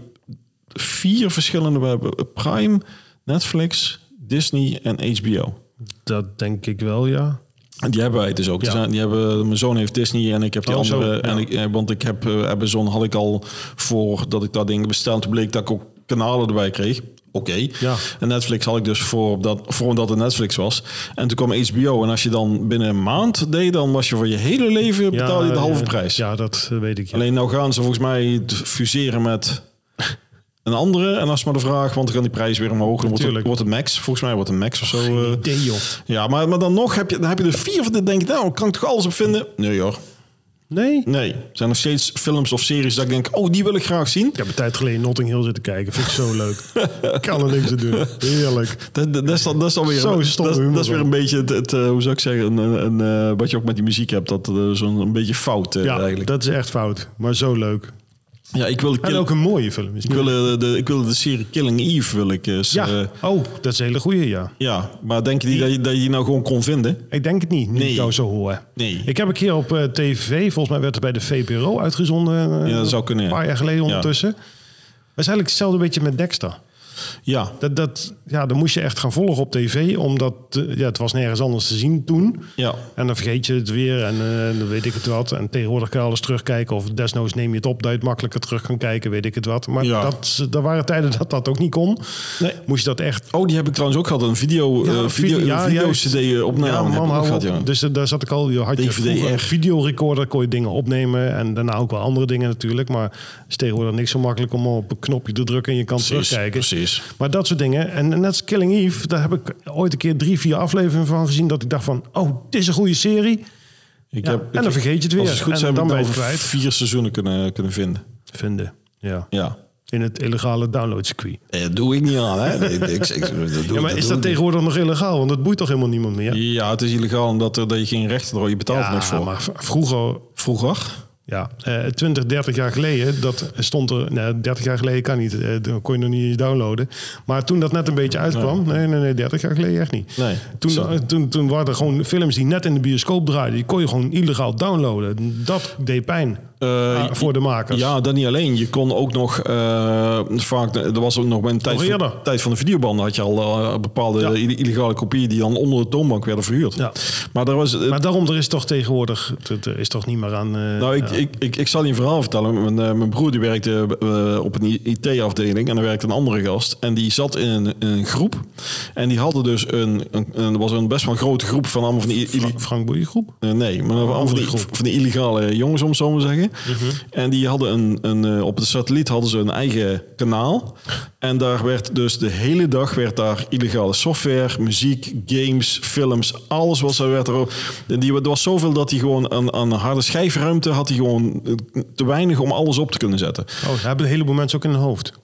4 verschillende... we hebben Prime, Netflix, Disney en HBO. Dat denk ik wel, ja. En die hebben wij dus ook. Ja. Mijn zoon heeft Disney en ik heb die andere. Ja. Want ik heb Amazon had ik al voordat ik dat ding bestelde. Toen bleek dat ik ook kanalen erbij kreeg. Oké. Ja. En Netflix had ik dus voordat het Netflix was. En toen kwam HBO. En als je dan binnen een maand deed, dan was je voor je hele leven betaalde je de halve prijs. Ja, dat weet ik. Ja. Alleen nou gaan ze volgens mij fuseren met... een andere. En dat is maar de vraag, want dan gaan die prijs weer omhoog. Dan wordt het max. Volgens mij wordt het max of zo. Geen idee, joh. Ja, maar dan nog heb je dus 4 van dit. Denk ik, nou, kan ik toch alles op vinden? Nee, hoor. Nee? Er zijn nog steeds films of series dat ik denk, die wil ik graag zien. Ik heb een tijd geleden Notting Hill zitten kijken. Vind ik zo leuk. Kan er niks aan doen. Heerlijk. Dat is dan weer... Zo stom. Dat is weer een beetje het hoe zou ik zeggen, wat je ook met die muziek hebt. Dat zo'n een beetje fout eigenlijk. Dat is echt fout. Maar zo leuk. Ja, en ook een mooie film. Ik wil de serie Killing Eve wil ik eens... dat is een hele goeie, ja. Ja, maar denk je dat je die nou gewoon kon vinden? Ik denk het niet, nu ik jou zo hoor. Nee. Ik heb een keer op tv, volgens mij werd het bij de VPRO uitgezonden. Dat zou kunnen, een paar jaar geleden ondertussen. Dat is eigenlijk hetzelfde beetje met Dexter. Ja. Dan moest je echt gaan volgen op tv, omdat het was nergens anders te zien toen. Ja. En dan vergeet je het weer en dan weet ik het wat. En tegenwoordig kan je alles terugkijken of desnoods neem je het op dat je het makkelijker terug kan kijken, weet ik het wat. Maar er waren tijden dat ook niet kon. Nee. Moest je dat echt... die heb ik trouwens ook gehad, een video-cd-opname. Dus daar zat ik al, had je vroeger een videorecorder, kon je dingen opnemen en daarna ook wel andere dingen natuurlijk. Maar het is tegenwoordig niks zo makkelijk om op een knopje te drukken en je kan terugkijken. Precies. Maar dat soort dingen. En net als Killing Eve, daar heb ik ooit een keer 3-4 afleveringen van gezien. Dat ik dacht van, dit is een goede serie. En dan vergeet je het weer. Als het goed en dan ben je over 4 seizoenen kunnen vinden. Ja. In het illegale downloadcircuit. Dat doe ik niet aan, hè? Maar is dat tegenwoordig nog illegaal? Want dat boeit toch helemaal niemand meer? Ja, het is illegaal omdat je geen rechten hebt. Je betaalt niks voor. Maar vroeger? Ja, 20, 30 jaar geleden, dat stond er... 30 jaar geleden kan niet, dan kon je nog niet downloaden. Maar toen dat net een beetje uitkwam... Nee, 30 jaar geleden echt niet. Nee, toen waren er gewoon films die net in de bioscoop draaiden. Die kon je gewoon illegaal downloaden. Dat deed pijn voor de makers. Ja, dat niet alleen. Je kon ook nog... vaak, er was ook nog bij een tijd van de videobanden... had je al bepaalde illegale kopieën... die dan onder de toonbank werden verhuurd. Ja. Maar daarom, er is toch tegenwoordig... Er is toch niet meer aan... Ik zal je een verhaal vertellen. Mijn broer die werkte op een IT-afdeling en er werkte een andere gast. En die zat in een groep. En die hadden dus was een best wel grote groep van allemaal van die... Frank Boeien groep? Nee, maar allemaal van die illegale jongens, om zo maar te zeggen. En die hadden op de satelliet hadden ze een eigen kanaal. En daar werd dus de hele dag daar illegale software, muziek, games, films, alles werd er. Er was zoveel dat hij gewoon aan harde schijfruimte had hij gewoon te weinig om alles op te kunnen zetten. Dat hebben een heleboel mensen ook in hun hoofd.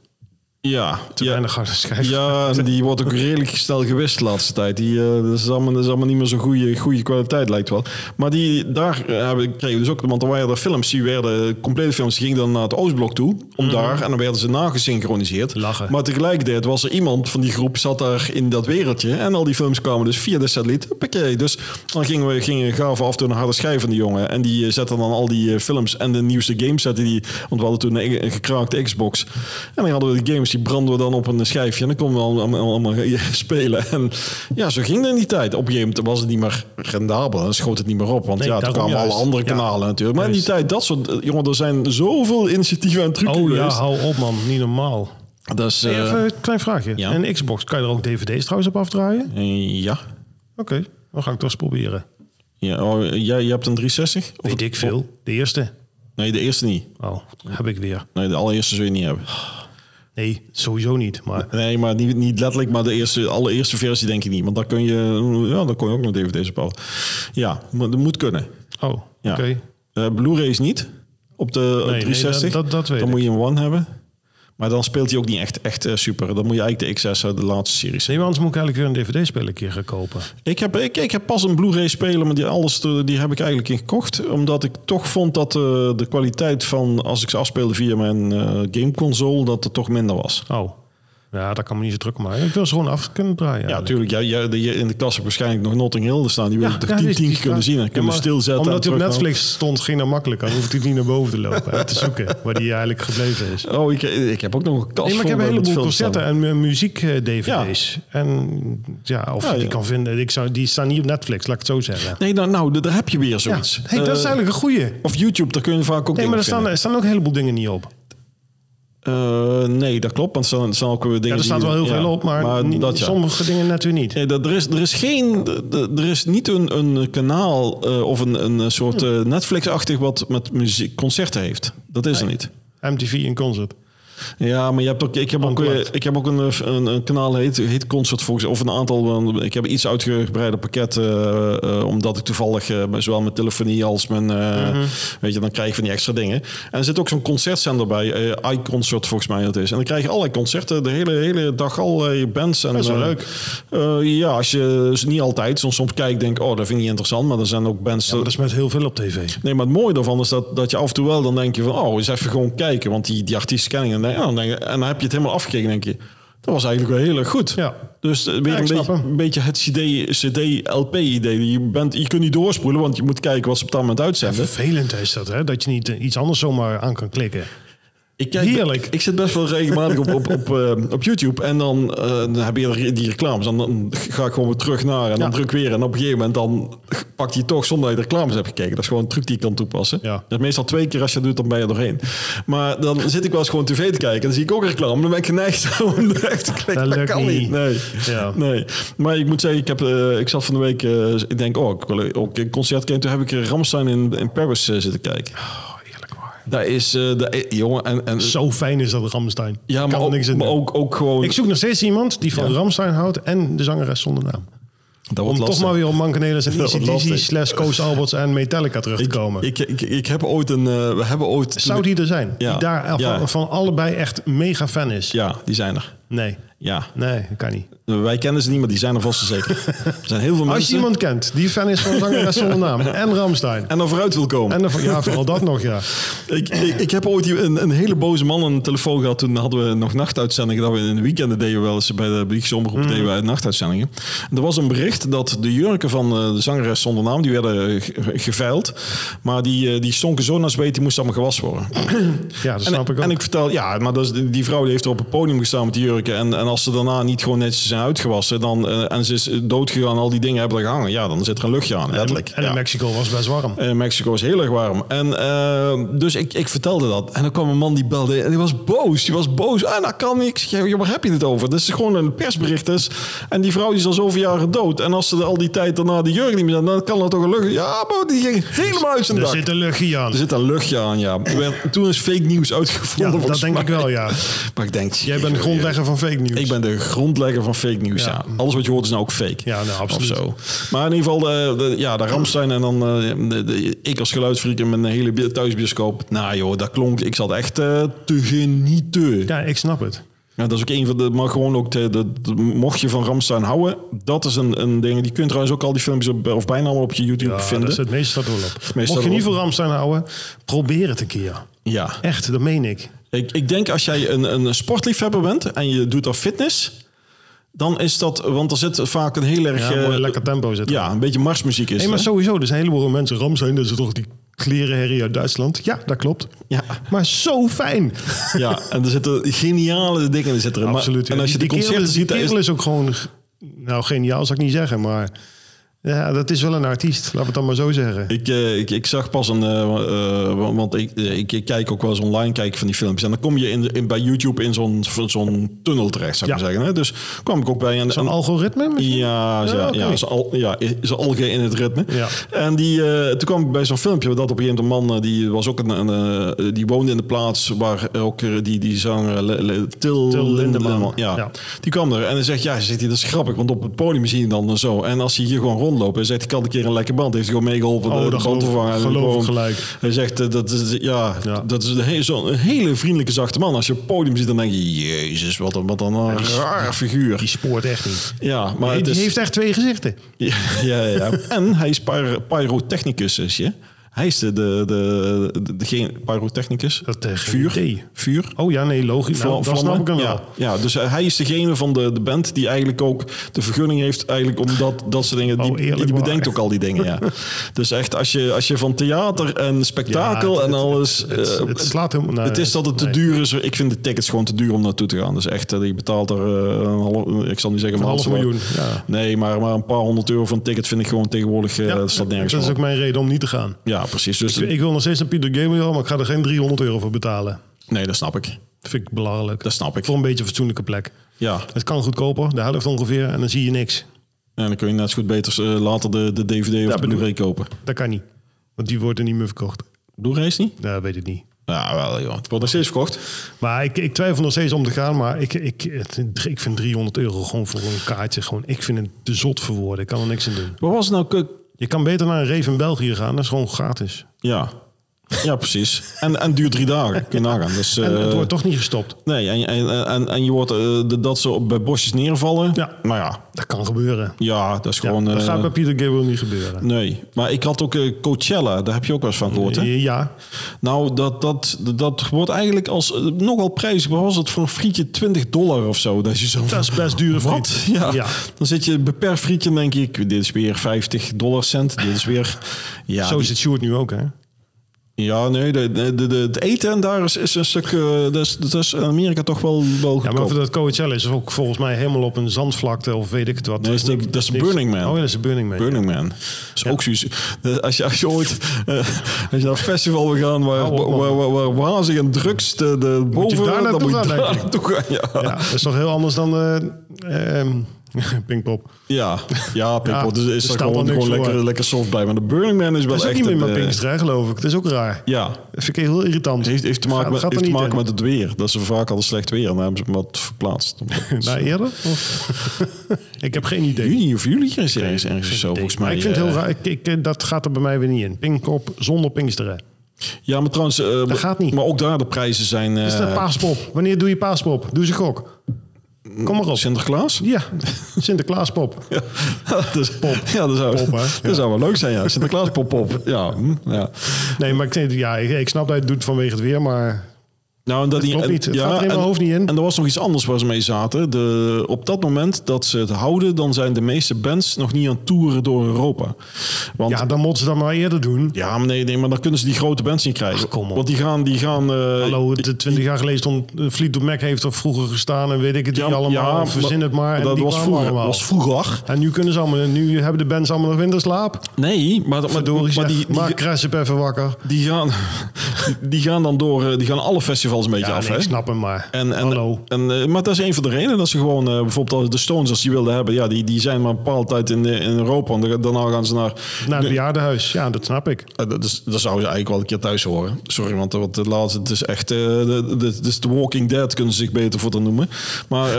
Ja. Te weinig harde schijf. Ja, en die wordt ook redelijk snel gewist de laatste tijd. Dat is allemaal niet meer zo'n goede kwaliteit, lijkt wel. Maar daar kregen we dus ook... Want er waren er films, complete films, die gingen dan naar het Oostblok toe. Daar, en dan werden ze nagesynchroniseerd. Lachen. Maar tegelijkertijd was er iemand van die groep, zat daar in dat wereldje. En al die films kwamen dus via de satelliet. Hoppakee. Dus dan gaven af en toe een harde schijf van die jongen. En die zetten dan al die films en de nieuwste games zetten die... Want we hadden toen een gekraakte Xbox. En dan hadden we de games, die branden we dan op een schijfje. En dan konden we allemaal spelen. En ja, zo ging het in die tijd. Op een gegeven moment was het niet meer rendabel. Dan schoot het niet meer op. Want er kwamen alle andere kanalen natuurlijk. Maar in die tijd, dat soort... Jongen, er zijn zoveel initiatieven en trucs geweest. Hou op man. Niet normaal. Dus, even een klein vraagje. Ja. En Xbox, kan je er ook dvd's trouwens op afdraaien? Ja. Oké, dan ga ik toch eens proberen. Ja, jij hebt een 360? Weet ik veel. De eerste? Nee, de eerste niet. Heb ik weer. Nee, de allereerste zul je niet hebben. Nee, sowieso niet. Maar... Nee, maar niet letterlijk, maar de allereerste versie denk ik niet. Want daar kon je ook nog dvd's op. Ja, maar dat moet kunnen. Oké. Blu-rays niet op de 360. Dat weet ik. Dan moet je een One hebben. Maar dan speelt hij ook niet echt super. Dan moet je eigenlijk de XS uit de laatste series. Nee, maar anders moet ik eigenlijk weer een dvd-speler een keer gaan kopen. Ik heb pas een Blu-ray speler, maar die heb ik eigenlijk gekocht. Omdat ik toch vond dat de kwaliteit van, als ik ze afspeelde via mijn gameconsole, dat het toch minder was. Ja, daar kan me niet zo druk om maken. Ik wil ze gewoon af kunnen draaien. Ja, natuurlijk. In de kast heb waarschijnlijk nog Notting Hill te staan. Die wil je toch 10 kunnen zien en kunnen stilzetten. Omdat hij op Netflix stond, ging dat makkelijk. Dan hoeft hij niet naar boven te lopen en te zoeken waar die eigenlijk gebleven is. Ik heb ook nog een kast maar ik heb een heleboel concerten en muziek-dvd's. Ja. En of je die kan vinden. Die staan niet op Netflix, laat ik het zo zeggen. Nee, daar heb je weer zoiets. Ja. Dat is eigenlijk een goeie. Of YouTube, daar kun je vaak ook dingen vinden. Maar er staan ook een heleboel dingen niet op. Nee, dat klopt. Want er staan ook weer dingen. Er staat wel heel veel op, maar sommige dingen net weer niet. Nee, er is niet een kanaal of een soort Netflix-achtig wat met muziek concerten heeft. Dat is er niet. MTV in concert. Ja, maar ik heb ook een kanaal heet Concert Volks, of een aantal. Ik heb iets uitgebreider pakket, omdat ik toevallig zowel mijn telefonie als mijn, weet je, dan krijg je van die extra dingen. En er zit ook zo'n concertzender bij, iConcert volgens mij dat is. En dan krijg je allerlei concerten, de hele dag allerlei bands. En, dat is wel leuk. Ja, als je niet altijd, soms kijk denk, dat vind ik niet interessant, maar er zijn ook bands. Ja, maar dat is met heel veel op tv. Nee, maar het mooie daarvan is dat je af en toe wel dan denk je van, eens even gewoon kijken, want die artiest ken ik. En dan heb je het helemaal afgekeken, denk je. Dat was eigenlijk wel heel erg goed. Ja. Dus weer een beetje het CD-LP-idee. Je kunt niet doorspoelen, want je moet kijken wat ze op dat moment uitzenden. Ja, vervelend is dat, hè? Dat je niet iets anders zomaar aan kan klikken. Heerlijk. Ik zit best wel regelmatig op YouTube en dan heb je die reclames. En dan ga ik gewoon weer terug naar en dan druk weer. En op een gegeven moment dan pakt hij toch zonder dat je de reclames hebt gekeken. Dat is gewoon een truc die je kan toepassen. Ja. Dat is meestal 2 keer als je dat doet, dan ben je er doorheen. Maar dan zit ik wel eens gewoon tv te kijken en dan zie ik ook een reclame. Dan ben ik geneigd om recht te klikken. Dat kan niet. Nee. Maar ik moet zeggen, ik zat van de week, ik denk, ik wil ook een concert kijken. Toen heb ik Rammstein in Paris zitten kijken. Dat is, jongen... En zo fijn is dat Rammstein. Ja, maar ook gewoon... Ik zoek nog steeds iemand die van Rammstein houdt en de zangeres zonder naam. Om toch maar weer op Mankenelis en ECDC / Koos Alberts en Metallica terug te komen. Ik heb ooit we hebben ooit... Zou die er zijn? Die daar van allebei echt mega fan is? Ja, die zijn er. Nee. Ja. Nee, dat kan niet. Wij kennen ze niet, maar die zijn er vast zeker. Er zijn heel veel mensen... Als je iemand kent die fan is van zangeres zonder naam en Rammstein. En dan vooruit wil komen. Ja, vooral dat nog, ja. Ik heb ooit een hele boze man aan de telefoon gehad. Toen hadden we nog nachtuitzendingen. Dat we in de weekenden deden wel eens bij de Belgische omroep deden wij nachtuitzendingen. En er was een bericht dat de jurken van de zangeres zonder naam, die werden geveild. Maar die stonken zo naar zweet, die moesten allemaal gewassen worden. Ja, dat snap ik ook. En ik vertel, maar die vrouw die heeft er op het podium gestaan met die jurken. En als ze daarna niet gewoon netjes zijn uitgewassen, en ze is doodgegaan, al die dingen hebben er gehangen. Ja, dan zit er een luchtje aan, letterlijk. En in Mexico was het best warm. Mexico is heel erg warm. En dus ik vertelde dat. En dan kwam een man die belde en die was boos. Dat kan niks. Waar heb je het over? Dat is gewoon een persbericht. Dus. En die vrouw die is al zoveel jaren dood. En als ze al die tijd daarna die jurk niet meer zijn, dan kan er toch een luchtje. Ja, maar die ging helemaal uit zijn dak. Er zit een luchtje aan. Er zit een luchtje aan, ja. Toen is fake nieuws uitgevonden. Ja, dat denk ik wel, ja. Maar ik denk... Jij bent de grondlegger van fake nieuws. Ik ben de grondlegger van fake nieuws, ja. Alles wat je hoort is nou ook fake. Ja, nou, absoluut. Of zo. Maar in ieder geval, de Rammstein en dan ik als geluidsfreak in mijn hele thuisbioscoop. Nou joh, dat klonk... Ik zat echt te genieten. Ja, ik snap het. Ja, dat is ook een van de... Maar gewoon ook mocht je van Rammstein houden, dat is een ding. Die kunt trouwens ook al die filmpjes of bijna allemaal op je YouTube vinden. Dat is het meeste staat op. Mocht je niet van Rammstein houden, probeer het een keer. Ja. Echt, dat meen ik. Ik denk als jij een sportliefhebber bent en je doet er fitness, dan is dat... Want er zit vaak een heel erg... mooi lekker tempo zit. Ja, een beetje marsmuziek is. Nee, maar sowieso, er zijn een heleboel mensen Rammstein, dat is toch die klerenherrie uit Duitsland. Ja, dat klopt. Ja. Maar zo fijn. Ja, en er zitten geniale dingen in zitten. Absoluut. Maar, en als je die concerten ziet... Die kerel is ook gewoon... Nou, geniaal zou ik niet zeggen, maar... Ja, dat is wel een artiest. Laten we het dan maar zo zeggen. Ik zag pas want ik kijk ook wel eens online kijken van die filmpjes. En dan kom je bij YouTube in zo'n tunnel terecht, zou ik maar zeggen. Hè? Dus kwam ik ook bij... Zo'n algoritme misschien? Ja, is alge in het ritme. Ja. En toen kwam ik bij zo'n filmpje dat op een gegeven moment een man... Die was ook die woonde in de plaats waar ook die zanger Till Lindemann. Ja. Die kwam er en hij zegt, dat is grappig. Want op het podium zie je dan zo. En als je hier gewoon rondlopen. Hij zegt, ik had een keer een lekker band. Heeft hij gewoon meegeholpen. Dat geloof ik gelijk. Hij zegt, dat is zo'n hele vriendelijke zachte man. Als je op het podium ziet, dan denk je, jezus, wat een raar figuur. Die spoort echt niet. Ja, maar die heeft echt 2 gezichten. Ja. En hij is pyrotechnicus, is je. Hij is degene pyrotechnicus. Vuur. Oh ja, nee, logisch. Dat snap ik hem wel. Ja, dus hij is degene van de band die eigenlijk ook de vergunning heeft eigenlijk om dat soort dingen. Die bedenkt ook al die dingen, ja. Dus echt, als je van theater en spektakel en alles... Het slaat hem... Het is dat het te duur is. Ik vind de tickets gewoon te duur om naartoe te gaan. Dus echt, je betaalt er ik zal niet zeggen... een $500.000. Ja. Nee, maar een paar €100 voor een ticket vind ik gewoon tegenwoordig... dat staat nergens dat is ook mijn reden om niet te gaan. Ja, precies. Dus ik wil nog steeds een Peter Gabriel, maar ik ga er geen €300 voor betalen. Nee, dat snap ik. Dat vind ik belachelijk. Dat snap ik. Voor een beetje een fatsoenlijke plek. Ja. Het kan goedkoper, de helft ongeveer, en dan zie je niks. En dan kun je net zo goed beter later de DVD of de Blu-ray kopen. Dat kan niet, want die wordt er niet meer verkocht. Blu-ray is niet? Nou, weet ik niet. Ja, wel joh. Het wordt nog steeds verkocht. Maar ik twijfel nog steeds om te gaan. Maar ik vind €300 gewoon voor een kaartje. Gewoon, ik vind het te zot voor woorden. Ik kan er niks aan doen. Wat was het nou? Je kan beter naar een rave in België gaan. Dat is gewoon gratis. Ja, precies. En duurt 3 dagen. Kun je nagaan. Dus, en het wordt toch niet gestopt. Nee, en je wordt dat ze bij bosjes neervallen. Ja. Nou ja. Dat kan gebeuren. Ja, dat is gewoon... dat gaat bij Peter Gabriel niet gebeuren. Nee. Maar ik had ook Coachella. Daar heb je ook wel eens van gehoord, hè? Ja. Nou, dat wordt eigenlijk als nogal prijzig. Wat was het voor een frietje $20 of zo? Dat is best dure friet. Wat? Ja. Dan zit je per frietje en denk ik... Dit is weer $50. Dit is weer... Ja, zo is het Sjoerd nu ook, hè? Ja, nee, het eten en daar is een stuk... dat is in Amerika toch wel goedkoop. Ja, maar voor dat Coachella is ook volgens mij helemaal op een zandvlakte of weet ik het wat. Nee, dat is Burning Man. Oh ja, dat is Burning Man. Burning Man. Dat is ook zoiets... Als je ooit... als je naar een festival wil gaan waar wazig en drugs de boven... Dan moet je daar naartoe gaan. Ja, dat is toch heel anders dan... Pinkpop. Ja, Pinkpop. Dus is er gewoon lekker soft bij. Maar de Burning Man is wel echt... Dat is ook niet meer mijn Pinkster, geloof ik. Dat is ook raar. Ja. Dat vind ik heel irritant. Het heeft te maken met het weer. Dat is vaak al slecht weer. En dan hebben ze wat verplaatst. Eerder? Ik heb geen idee. Juni of juli is ergens zo, volgens mij. Maar ik vind het heel raar. Dat gaat er bij mij weer niet in. Pinkpop zonder Pinksteren. Ja, maar trouwens... dat gaat niet. Maar ook daar de prijzen zijn... Is dat paaspop? Wanneer doe je paaspop? Doe ze gok. Kom maar op. Sinterklaas? Ja, Sinterklaaspop. Ja, pop. Ja, dat zou wel leuk zijn, ja. Sinterklaaspop. Ja. Nee, maar ik snap dat je het doet vanwege het weer, maar... Nou, en dat klopt niet. Het gaat er in mijn hoofd niet in. En er was nog iets anders waar ze mee zaten. Op dat moment dat ze het houden, dan zijn de meeste bands nog niet aan het toeren door Europa. Want, ja, dan moeten ze dat maar eerder doen. Ja, maar nee, maar dan kunnen ze die grote bands niet krijgen. Ach, kom op. Want die gaan Hallo, 20 jaar geleden stond Fleetwood Mac heeft er vroeger gestaan en weet ik het niet allemaal. Ja, verzin het maar. En dat die was vroeger. En nu kunnen ze allemaal. Nu hebben de bands allemaal nog winterslaap. Nee, maar maar Cressip even wakker. Die gaan dan door. Die gaan alle festivals een beetje af. Nee, ik snap hem maar. Hallo. Maar dat is een van de redenen dat ze gewoon bijvoorbeeld de Stones als die wilden hebben. Ja, die zijn maar een bepaalde tijd in Europa. En daarna gaan ze naar het bejaardenhuis. Ja, dat snap ik. Dat zouden ze eigenlijk wel een keer thuis horen. Sorry, want de laatste, het is echt het is The Walking Dead kunnen ze zich beter voor te noemen. Maar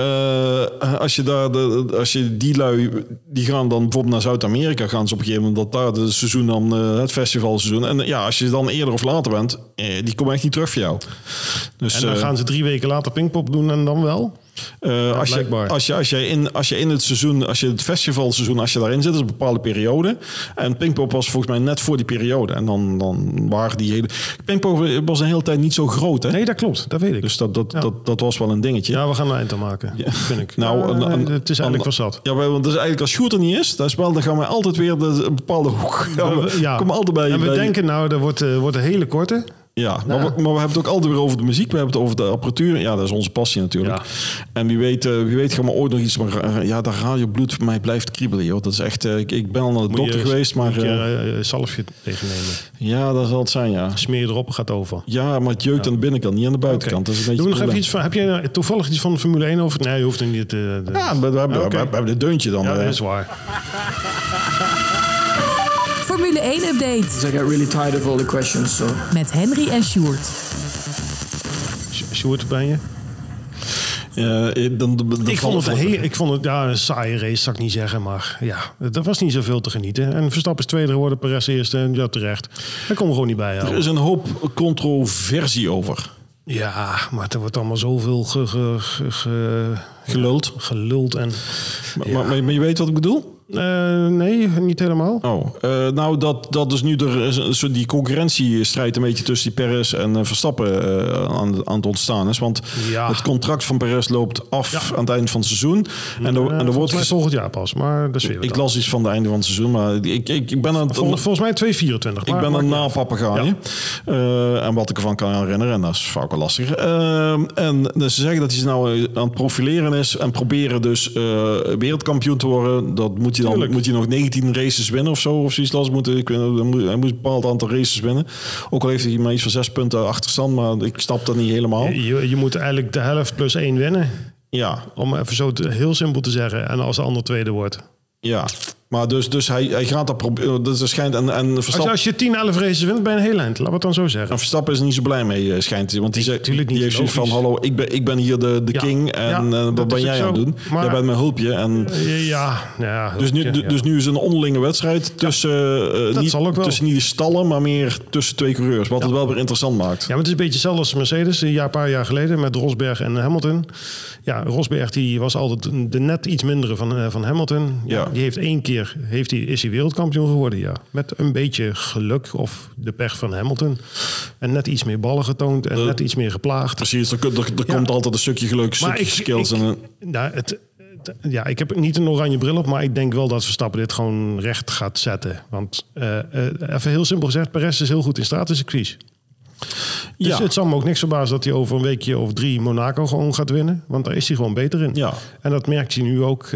als je die lui die gaan dan bijvoorbeeld naar Zuid-Amerika, gaan ze op een gegeven moment dat daar het seizoen dan het festivalseizoen. En ja, als je dan eerder of later bent, die komen echt niet terug voor jou. Dus, en dan gaan ze 3 weken later Pinkpop doen en dan wel? Als je in het seizoen, als je het festivalseizoen, als je daarin zit, is een bepaalde periode. En Pinkpop was volgens mij net voor die periode. En dan waren die hele... Pinkpop was een hele tijd niet zo groot, hè? Nee, dat klopt. Dat weet ik. Dus dat was wel een dingetje. Ja, we gaan een eind aan maken. Ja. Vind ik. Het is eigenlijk wel zat. Ja, want dus eigenlijk als Sjoerd er niet is, dan gaan wij altijd weer een bepaalde hoek. Komen altijd bij. En we denken dat wordt een hele korte. Ja, maar we hebben het ook altijd weer over de muziek. We hebben het over de apparatuur. Ja, dat is onze passie natuurlijk. Ja. En wie weet gaan we ooit nog iets... Maar ja, dat radiobloed voor mij blijft kriebelen, joh. Dat is echt... ik ben al naar de dokter geweest, maar... Moet je salfje tegennemen? Ja, dat zal het zijn, ja. Smeer je erop, gaat over. Ja, maar het jeukt aan de binnenkant, niet aan de buitenkant. Okay. Dat is een beetje. Doe nog even iets van... Heb je toevallig iets van de Formule 1 over? Nee, je hoeft er niet... Ja, we hebben dit deuntje dan. Ja, dat is waar. Formule 1 update. I got really tired of all the questions, so. Met Henry en Sjoerd. Sjoerd, ben je? Ik vond het een saaie race, zou ik niet zeggen. Maar ja, er was niet zoveel te genieten. En Verstappen is tweede geworden, Perez eerste. En ja, terecht. Daar komen we gewoon niet bij houden. Er is een hoop controversie over. Ja, maar er wordt allemaal zoveel geluld. En, maar je weet wat ik bedoel? Nee, niet helemaal. Nou, dat is nu die concurrentiestrijd een beetje tussen die Perez en Verstappen aan het ontstaan is. Want het contract van Perez loopt af aan het eind van het seizoen. En er wordt volgend jaar pas, maar dat is weer ik las iets van het einde van het seizoen, maar ik ben aan volgens mij 2024. Ik ben een napapagaaien. En wat ik ervan kan herinneren, en dat is vaak wel lastig. En dus ze zeggen dat hij zich nou aan het profileren is en proberen dus wereldkampioen te worden. Dat moet je nog 19 races winnen of zo, of zoiets las. Hij moet een bepaald aantal races winnen. Ook al heeft hij maar iets van 6 punten achterstand, maar ik snap dat niet helemaal. Je moet eigenlijk de helft plus 1 winnen. Ja. Om even zo heel simpel te zeggen. En als de ander tweede wordt. Ja. Maar dus hij gaat dat proberen. Dus er schijnt en Verstappen, als je 10, 11 races wint, ben je een heel eind. Laat we het dan zo zeggen. en Verstappen is er niet zo blij mee, schijnt hij. Want die heeft zoiets van, logisch. hallo, ik ben hier de king. En wat ben jij aan het doen? Maar, jij bent mijn hulpje. En, dus nu is een onderlinge wedstrijd tussen, tussen niet de stallen, maar meer tussen twee coureurs. Wat het wel weer interessant maakt. Ja, maar het is een beetje hetzelfde als Mercedes een paar jaar geleden met Rosberg en Hamilton. Ja, Rosberg die was altijd de net iets mindere van Hamilton. Ja. Die heeft 1 keer is hij wereldkampioen geworden, ja. Met een beetje geluk of de pech van Hamilton. En net iets meer ballen getoond en net iets meer geplaagd. Precies, er komt altijd een stukje geluk, stukje skills. Ik heb niet een oranje bril op, maar ik denk wel dat Verstappen dit gewoon recht gaat zetten. Want even heel simpel gezegd, Perez is heel goed in stratencircuits. Dus het zal me ook niks verbazen dat hij over een weekje of 3 Monaco gewoon gaat winnen. Want daar is hij gewoon beter in. Ja. En dat merkt hij nu ook...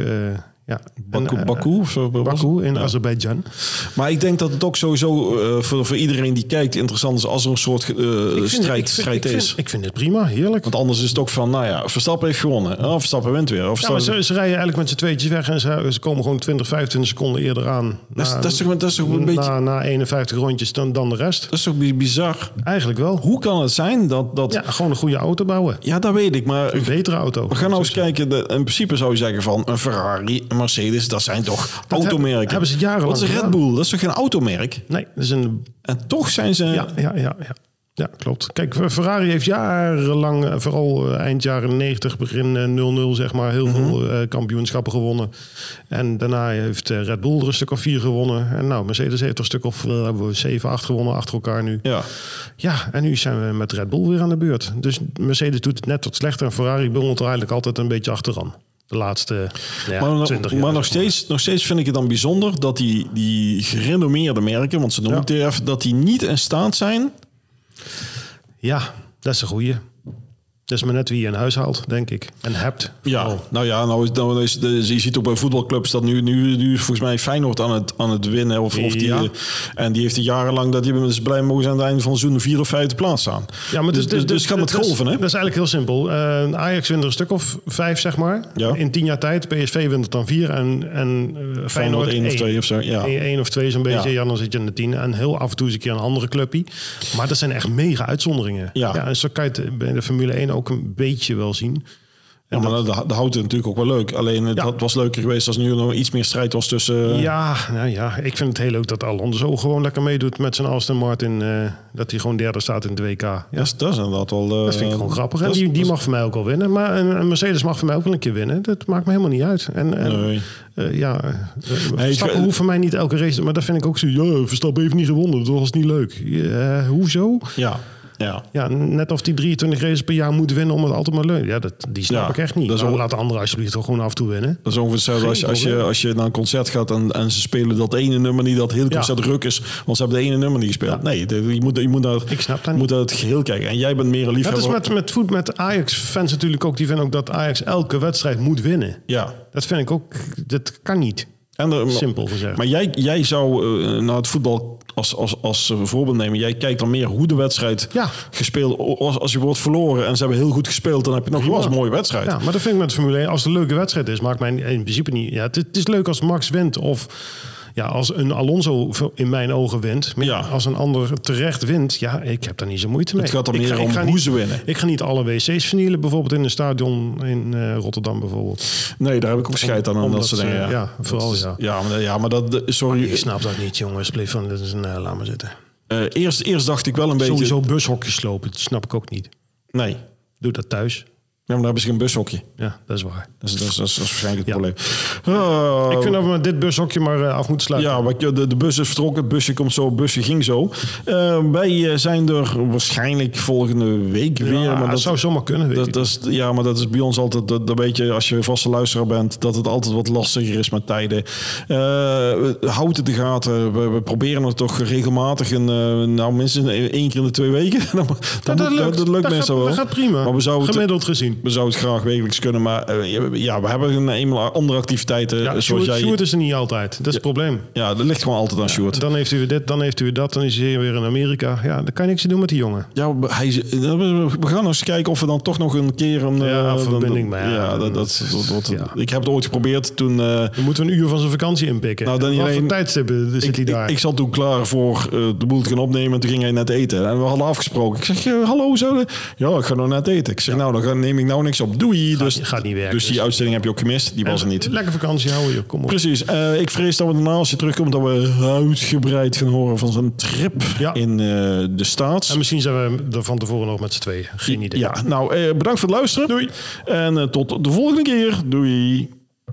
Baku in Azerbeidzjan. Maar ik denk dat het ook sowieso voor iedereen die kijkt interessant is als er een soort strijd is. Ik vind het prima, heerlijk. Want anders is het ook van, Verstappen heeft gewonnen. Verstappen wint weer. Maar ze rijden eigenlijk met z'n tweetjes weg en ze komen gewoon 20, 25 seconden eerder aan. Dat is toch een beetje... Na 51 rondjes dan de rest. Dat is toch bizar? Eigenlijk wel. Hoe kan het zijn dat... Ja, gewoon een goede auto bouwen. Ja, dat weet ik, maar... Een betere auto. We gaan nou eens kijken. In principe zou je zeggen van een Ferrari, een Mercedes, dat zijn toch automerken? Hebben ze jarenlang. Wat is een Red Bull? Dat is toch geen automerk? Nee, dat is een... En toch zijn ze... Ja, klopt. Kijk, Ferrari heeft jarenlang, vooral eind jaren 90, begin 00, zeg maar, heel veel kampioenschappen gewonnen. En daarna heeft Red Bull er een stuk of 4 gewonnen. En Mercedes heeft er een stuk of 7, 8 gewonnen achter elkaar nu. Ja, en nu zijn we met Red Bull weer aan de beurt. Dus Mercedes doet het net wat slechter en Ferrari bungelt er eigenlijk altijd een beetje achteraan. De laatste 20 jaar. Maar nog steeds vind ik het dan bijzonder dat die gerenommeerde merken, want ze noemen het even, dat die niet in staat zijn. Ja, dat is een goeie. Dat is maar net wie je in huis haalt, denk ik. En hebt. Ja, je ziet ook bij voetbalclubs dat nu is volgens mij Feyenoord aan het winnen. En die heeft jarenlang dat die dus blij mogen zijn aan het einde van het seizoen 4 of 5e plaats staan. Ja, maar dus gaat het golven, hè? Dat is eigenlijk heel simpel. Ajax wint er een stuk of 5, zeg maar. Ja. In 10 jaar tijd. PSV wint het dan 4 en Feyenoord 1 of 2 of zo. Ja. 1 of 2 zo'n beetje. Ja, dan zit je in de 10. En heel af en toe eens een keer een andere clubje. Maar dat zijn echt mega uitzonderingen. Ja, en zo kan je het bij de Formule 1 ook een beetje wel zien. En maar dat houdt het natuurlijk ook wel leuk. Alleen het was leuker geweest als nu nog iets meer strijd was tussen... Ik vind het heel leuk dat Alonso gewoon lekker meedoet met zijn Aston Martin. Dat hij gewoon derde staat in het WK. Ja. Dat is inderdaad wel... dat vind ik gewoon grappig. En die mag voor mij ook wel winnen. Maar een Mercedes mag voor mij ook wel een keer winnen. Dat maakt me helemaal niet uit. Verstappen hoeft voor mij niet elke race... Maar dat vind ik ook zo... Ja, Verstappen heeft niet gewonnen. Dat was niet leuk. Hoezo? Ja, net of die 23 races per jaar moet winnen om het altijd maar leuk. Ja, die snap ik echt niet. Laat de anderen alsjeblieft toch gewoon af en toe winnen. Dat is ongeveer hetzelfde als je naar een concert gaat en ze spelen dat ene nummer niet, dat heel concert ruk is, want ze hebben de ene nummer niet gespeeld. Ja. Nee, je moet naar het geheel kijken. En jij bent meer een liefhebber. Dat is met Ajax-fans natuurlijk ook. Die vinden ook dat Ajax elke wedstrijd moet winnen. Ja. Dat vind ik ook... Dat kan niet. Simpel gezegd. Maar jij zou naar het voetbal als voorbeeld nemen. Jij kijkt dan meer hoe de wedstrijd gespeeld. Als je wordt verloren en ze hebben heel goed gespeeld, dan heb je nog wel eens een mooie wedstrijd. Ja, maar dat vind ik met de Formule 1. Als het een leuke wedstrijd is, maakt mij in principe niet... Ja, het is leuk als Max wint of... Ja, als een Alonso in mijn ogen wint, maar als een ander terecht wint, ik heb daar niet zo moeite mee. Het gaat er meer om hoe ze winnen. Ik ga niet alle wc's vernielen, bijvoorbeeld in een stadion in Rotterdam bijvoorbeeld. Nee, daar heb ik ook scheid aan dat soort dingen. Vooral maar dat, sorry. Ik snap dat niet, jongens. Dat is laat maar zitten. Eerst dacht ik wel een beetje... Sowieso bushokjes slopen, dat snap ik ook niet. Nee. Doe dat thuis. Ja, maar daar hebben ze geen bushokje. Ja, dat is waar. Dat is waarschijnlijk het probleem. Ik vind dat we met dit bushokje maar af moeten sluiten. Ja, maar de bus is vertrokken. Het busje komt zo, het busje ging zo. Wij zijn er waarschijnlijk volgende week weer. Maar dat zou zomaar kunnen. Maar dat is bij ons altijd... Dat weet je, als je vaste luisteraar bent, dat het altijd wat lastiger is met tijden. Houd het de gaten. We proberen het toch regelmatig. Minstens 1 keer in de 2 weken. Dat lukt meestal wel. Dat gaat prima. Maar gemiddeld gezien. misschien zou het graag wekelijks kunnen, maar ja, we hebben eenmaal andere activiteiten. Ja, Sjoerd is er niet altijd. Dat is het probleem. Ja, dat ligt gewoon altijd aan Sjoerd. Dan heeft u weer dit, dan heeft u weer dat, dan is hij weer in Amerika. Ja, dan kan je niks doen met die jongen. Ja, we gaan eens kijken of we dan toch nog een keer een verbinding mee. Ik heb het ooit geprobeerd toen. Dan moeten we een uur van zijn vakantie inpikken. Nou, wat voor tijdstippen zit hij daar? Ik zat toen klaar voor de boel te gaan opnemen en toen ging hij net eten. En we hadden afgesproken. Ik zeg, hallo, ja, ik ga nog net eten. Ik zeg, nou, dan neem ik nou niks op. Doei. Gaat niet werken. Dus die uitzending heb je ook gemist. Die was er niet. Lekker vakantie houden, joh. Kom op. Precies. Ik vrees dat we daarna, als je terugkomt, dat we uitgebreid gaan horen van zijn trip in de Staats. En misschien zijn we er van tevoren nog met z'n tweeën. Geen idee. Ja, nou, bedankt voor het luisteren. Doei. En tot de volgende keer. Doei.